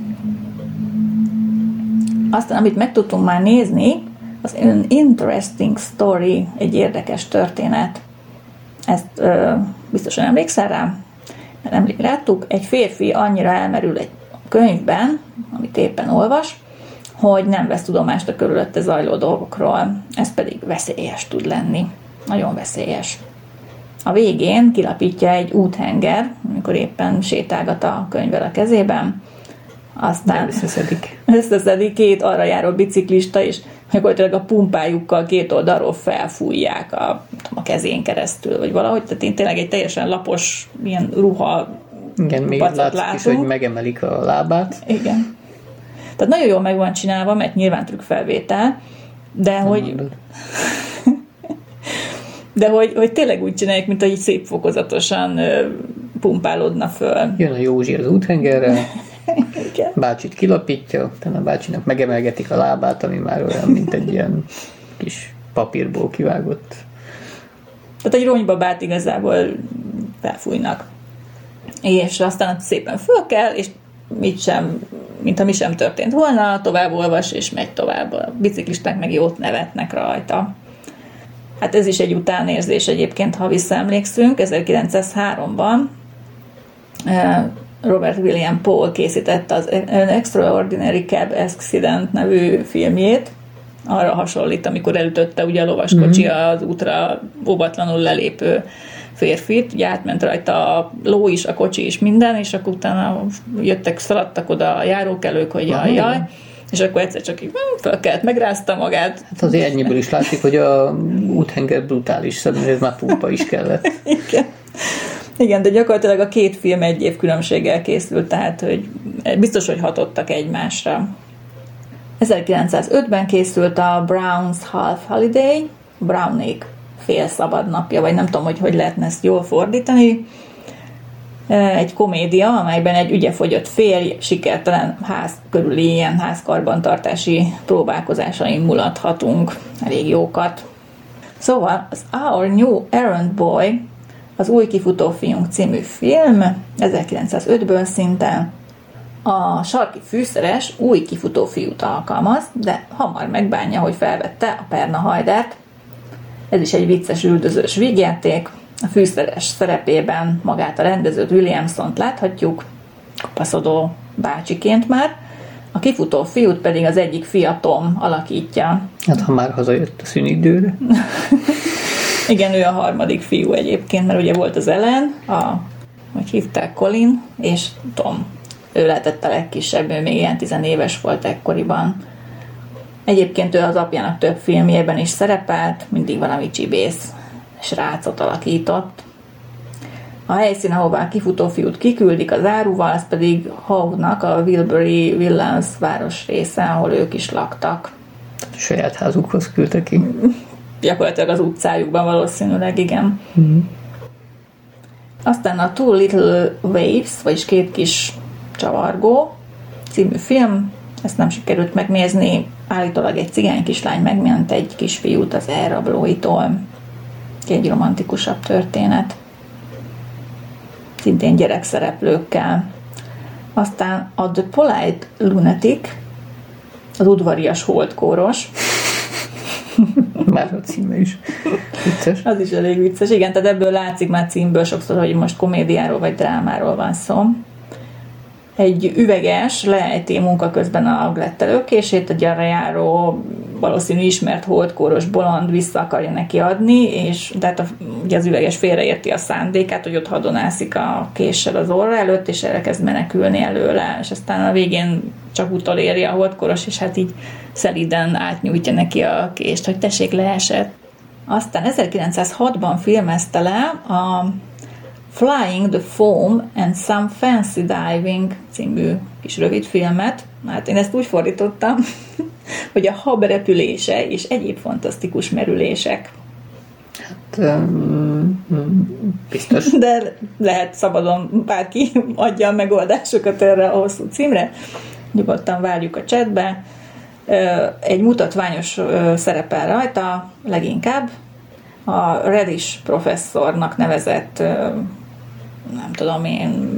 Aztán, amit meg tudtunk már nézni, az An Interesting Story, egy érdekes történet. Ezt ö, biztosan emlékszel rá? Mert nemrég láttuk, egy férfi annyira elmerül egy könyvben, amit éppen olvas, hogy nem vesz tudomást a körülötte zajló dolgokról. Ez pedig veszélyes tud lenni. Nagyon veszélyes. A végén kilapítja egy úthenger, amikor éppen sétálgat a könyvvel a kezében, aztán összeszedik. összeszedik két arra járó biciklista, és gyakorlatilag a pumpájukkal két oldalról felfújják a, a kezén keresztül, vagy valahogy, tehát én tényleg egy teljesen lapos ilyen ruha igen, még látszik is, hogy megemelik a lábát. Igen. Tehát nagyon jól meg van csinálva, mert nyilván trükkfelvétel, de nem hogy mondod. de hogy, hogy tényleg úgy csinálják, mint hogy így szép fokozatosan pumpálódna föl. Jön a Józsi az úthengerrel, bácsit kilapítja, utána a bácsinak megemelgetik a lábát, ami már olyan, mint egy ilyen kis papírból kivágott. Tehát egy ronybabát igazából felfújnak. És aztán szépen föl kell, és mit sem, mintha mi sem történt volna, tovább olvas, és megy tovább. A biciklisták meg jót nevetnek rajta. Hát ez is egy utánérzés egyébként, ha visszaemlékszünk. ezerkilencszázháromban Robert William Paul készítette az An Extraordinary Cab Accident nevű filmjét. Arra hasonlít, amikor elütötte ugye a lovaskocsi mm-hmm. az útra óvatlanul lelépő férfit. Ugye átment rajta a ló is, a kocsi is, minden, és akkor utána jöttek, szaladtak oda a járókelők, hogy jaj, jaj, és akkor egyszer csak így fel kellett, megrázta magát. Hát azért ennyiből is látszik, hogy a úthenger brutális, szóval ez már pumpa is kellett. Igen. Igen, de gyakorlatilag a két film egy év különbséggel készült, tehát hogy biztos, hogy hatottak egymásra. ezerkilencszázötben készült a Brown's Half Holiday, Brownék fél szabad napja, vagy nem tudom, hogy hogy lehetne ezt jól fordítani. Egy komédia, amelyben egy ügyefogyott férj sikertelen ház körüli ilyen házkarbantartási próbálkozásain mulathatunk elég jókat. Szóval az Our New Errand Boy, az Új kifutófiunk című film, ezerkilencszázötből szinte. A sarki fűszeres új kifutófiút alkalmaz, de hamar megbánja, hogy felvette a Perna Hajdert. Ez is egy vicces üldözős vígjáték. A fűszeres szerepében magát a rendezőt, Williamsont láthatjuk, kopaszodó bácsiként már, a kifutó fiút pedig az egyik fia Tom alakítja. Hát ha már hazajött a szünidőre. Igen, ő a harmadik fiú egyébként, mert ugye volt az Ellen, a, hogy hívták, Colin, és Tom. Ő lehetett a legkisebb, ő még ilyen tizenéves volt ekkoriban. Egyébként ő az apjának több filmjében is szerepelt, mindig valami csibész srácot alakított. A helyszín, ahová a kifutófiút kiküldik az áruval, az pedig Howe-nak a Wilbury Villas város része, ahol ők is laktak. A saját házukhoz küldte ki. Gyakorlatilag az utcájukban valószínűleg, igen. Mm. Aztán a Two Little Waves, vagyis Két kis csavargó című film, ezt nem sikerült megnézni, állítólag egy cigány kislány megment egy kisfiút az elrablóitól. Egy romantikusabb történet. Szintén gyerekszereplőkkel. Aztán a The Polite Lunatic, az udvarias holdkóros. Már a címe is vicces. Az is elég vicces. Igen, tehát ebből látszik már címből sokszor, hogy most komédiáról vagy drámáról van szó. Egy üveges leejti munka közben a glettelőkését, a gyarra járó, valószínű ismert holdkóros bolond vissza akarja neki adni, és tehát a, ugye az üveges félreérti a szándékát, hogy ott hadonászik a késsel az orra előtt, és erre kezd menekülni előle, és aztán a végén csak utoléri a holdkóros, és hát így szelíden átnyújtja neki a kést, hogy tessék, leesett. Aztán ezerkilencszázhatban filmezte le a Flying the Foam and Some Fancy Diving című kis rövid filmet. Hát én ezt úgy fordítottam, hogy a hab repülése és egyéb fantasztikus merülések. Hát, um, biztos. De lehet szabadon bárki adja a megoldásokat erre a hosszú címre. Nyugodtan várjuk a chatbe. Egy mutatványos szerepel rajta, leginkább a Reddish professzornak nevezett, nem tudom én,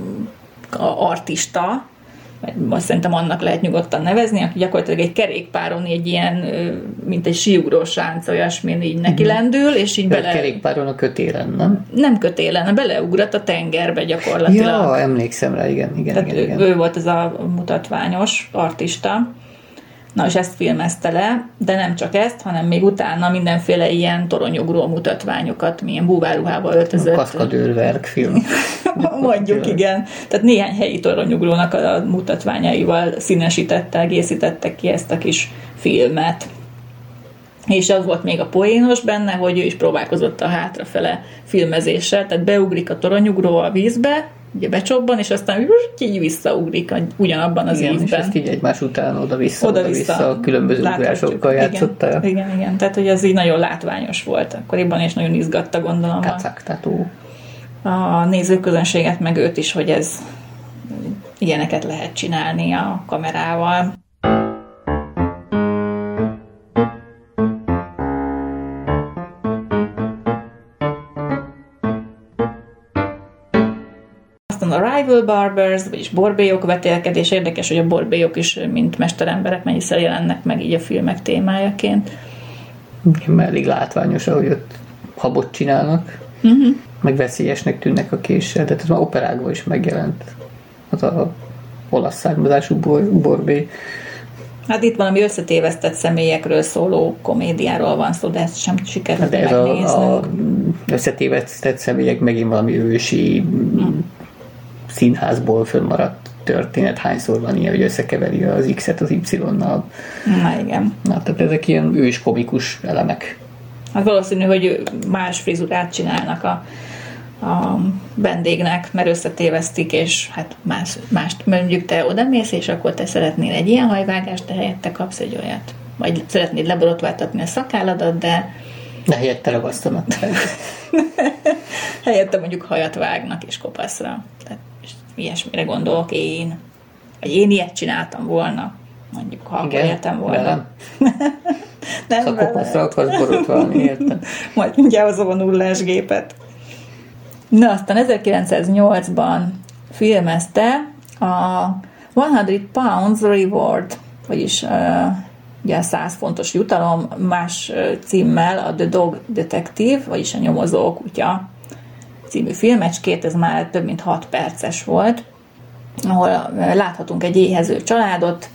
artista, most szerintem annak lehet nyugodtan nevezni, aki gyakorlatilag egy kerékpáron egy ilyen, mint egy síugrós ránc, olyasmin így neki lendül, és így de bele... kerékpáron a kötélen, nem? Nem kötélen, beleugrat a tengerbe gyakorlatilag. Ja, emlékszem rá, igen, igen, Tehát igen, ő, igen. ő volt ez a mutatványos artista. Na, és ezt filmezte le, de nem csak ezt, hanem még utána mindenféle ilyen toronyugró mutatványokat, milyen búváruhába öltözött. A kaszkadőrverk film. Mondjuk, igen. Tehát néhány helyi toronyugrónak a mutatványaival színesítette, egészítette ki ezt a kis filmet. És az volt még a poénos benne, hogy ő is próbálkozott a hátrafele filmezéssel, tehát beugrik a toronyugró a vízbe, ugye becsobban, és aztán így visszaugrik ugyanabban az igen, évben. És ezt így egymás után oda-vissza, oda-vissza, oda-vissza a különböző ugrásokkal játszotta. Igen, igen, igen, tehát hogy az így nagyon látványos volt akkoriban, és nagyon izgatta, gondolom. Kacagtató. A nézőközönséget, meg őt is, hogy ez ilyeneket lehet csinálni a kamerával. A Rival Barbers, vagyis borbélyok vetélkedés. Érdekes, hogy a borbélyok is, mint mesteremberek, mennyiszer jelennek meg így a filmek témájaként. Mert elég látványos, ahogy ott habot csinálnak, uh-huh. meg veszélyesnek tűnnek a késsel, de ez már operákban is megjelent. Az a olasz származású bor- borbély. Hát itt valami összetévesztett személyekről szóló komédiáról van szó, de ezt sem sikerült de ez megnéznünk. A, a összetévesztett személyek megint valami ősi hmm. színházból fönnmaradt történet. Hányszor van ilyen, hogy összekeveri az X-et az Y-nal. Na igen. Na, tehát ezek ilyen ős komikus elemek. Hát valószínű, hogy más frizurát csinálnak a a vendégnek, mert összetévesztik, és hát más, mást mondjuk te odamész, és akkor te szeretnél egy ilyen hajvágást, de helyette kapsz egy olyat. Vagy szeretnéd leborotváltatni a szakálladat, de... De helyette ragasztanak. Helyette mondjuk hajat vágnak és kopaszra. Tehát ilyesmire gondolok én. Vagy én ilyet csináltam volna, mondjuk, ha igen, akkor éltem volna. Velem? Nem szóval kopaszra akarsz borotválni, értem. Majd mindjárt hozom a nullásgépet. Na, aztán ezerkilencszáznyolcban filmezte a száz pounds reward, vagyis uh, ugye a száz fontos jutalom, más címmel a The Dog Detective, vagyis a nyomozó kutya című filmecskét, ez már több mint hat perces volt, ahol láthatunk egy éhező családot,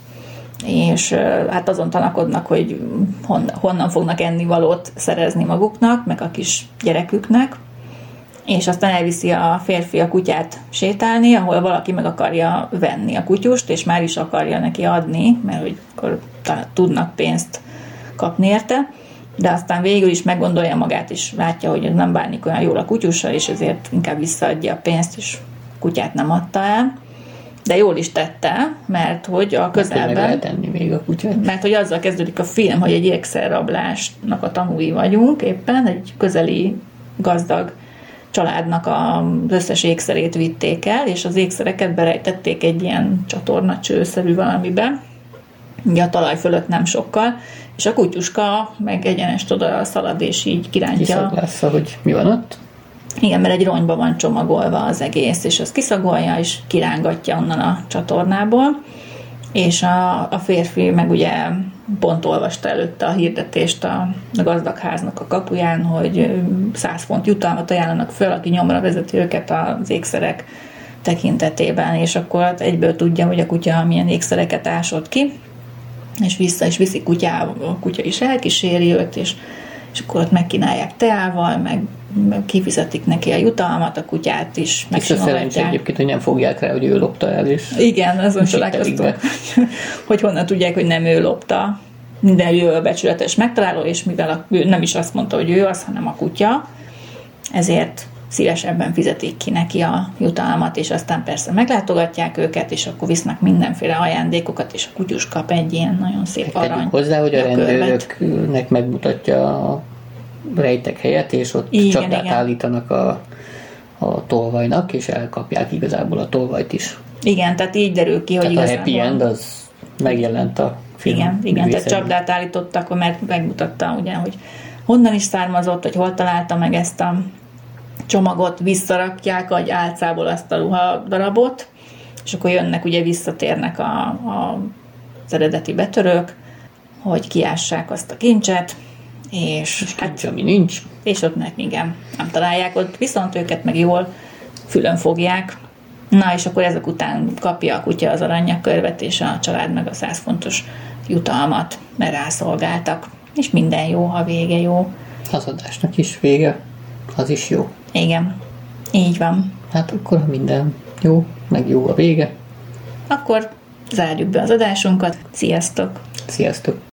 és hát azon tanakodnak, hogy honnan fognak ennivalót szerezni maguknak, meg a kis gyereküknek, és aztán elviszi a férfi a kutyát sétálni, ahol valaki meg akarja venni a kutyust, és már is akarja neki adni, mert hogy akkor tudnak pénzt kapni érte, de aztán végül is meggondolja magát, és látja, hogy nem bánik olyan jól a kutyussal, és ezért inkább visszaadja a pénzt, és a kutyát nem adta el. De jól is tette, mert hogy a közelben... Meg lehet enni még a kutyát. Mert hogy azzal kezdődik a film, hogy egy ékszerrablásnak a tanúi vagyunk éppen, egy közeli gazdag családnak az összes ékszerét vitték el, és az ékszereket berejtették egy ilyen csatornacsőszerű valamibe, ugye a talaj fölött nem sokkal, és a kutyuska meg egyenest oda szalad, és így kirántja. Kiszaglássza, hogy mi van ott? Igen, mert egy ronyba van csomagolva az egész, és azt kiszagolja, és kirángatja onnan a csatornából, és a, a férfi meg ugye pont olvasta előtte a hirdetést a, a gazdagháznak a kapuján, hogy száz font jutalmat ajánlanak föl, aki nyomra vezeti őket az ékszerek tekintetében, és akkor egyből tudja, hogy a kutya milyen ékszereket ásott ki, és vissza is viszi kutyával, a kutya is elkíséri őt, és, és akkor ott megkínálják teával, meg, meg kifizetik neki a jutalmat, a kutyát is megsimogatják. És a szerencsé egyébként, hogy nem fogják rá, hogy ő lopta el, és... Igen, azon találkoztunk, hogy honnan tudják, hogy nem ő lopta. Minden ő a becsületes megtaláló, és mivel a, ő nem is azt mondta, hogy ő az, hanem a kutya, ezért szívesebben fizetik ki neki a jutalmat, és aztán persze meglátogatják őket, és akkor visznek mindenféle ajándékokat, és a kutyus kap egy ilyen nagyon szép arany. Tegyük hozzá, hogy a rendőröknek megmutatja a rejtek helyet, és ott igen, csapdát igen. állítanak a, a tolvajnak, és elkapják igazából a tolvajt is. Igen, tehát így derül ki, hogy tehát igazából... a happy end az megjelent a film. Igen, igen, tehát csapdát állítottak, mert megmutatta, ugye, hogy honnan is származott, hogy hol találta meg ezt a csomagot, visszarakják egy álcából azt a ruha darabot, és akkor jönnek, ugye visszatérnek a, a, az eredeti betörők, hogy kiássák azt a kincset, és, és hát, kincs, ami nincs. És ott meg igen, nem találják ott, viszont őket meg jól fülön fogják. Na, és akkor ezek után kapja a kutya az aranykörvet, és a család meg a száz fontos jutalmat, mert rászolgáltak. És minden jó, ha vége jó. Az adásnak is vége, az is jó. Igen, így van. Hát akkor minden jó, meg jó a vége. Akkor zárjuk be az adásunkat. Sziasztok! Sziasztok!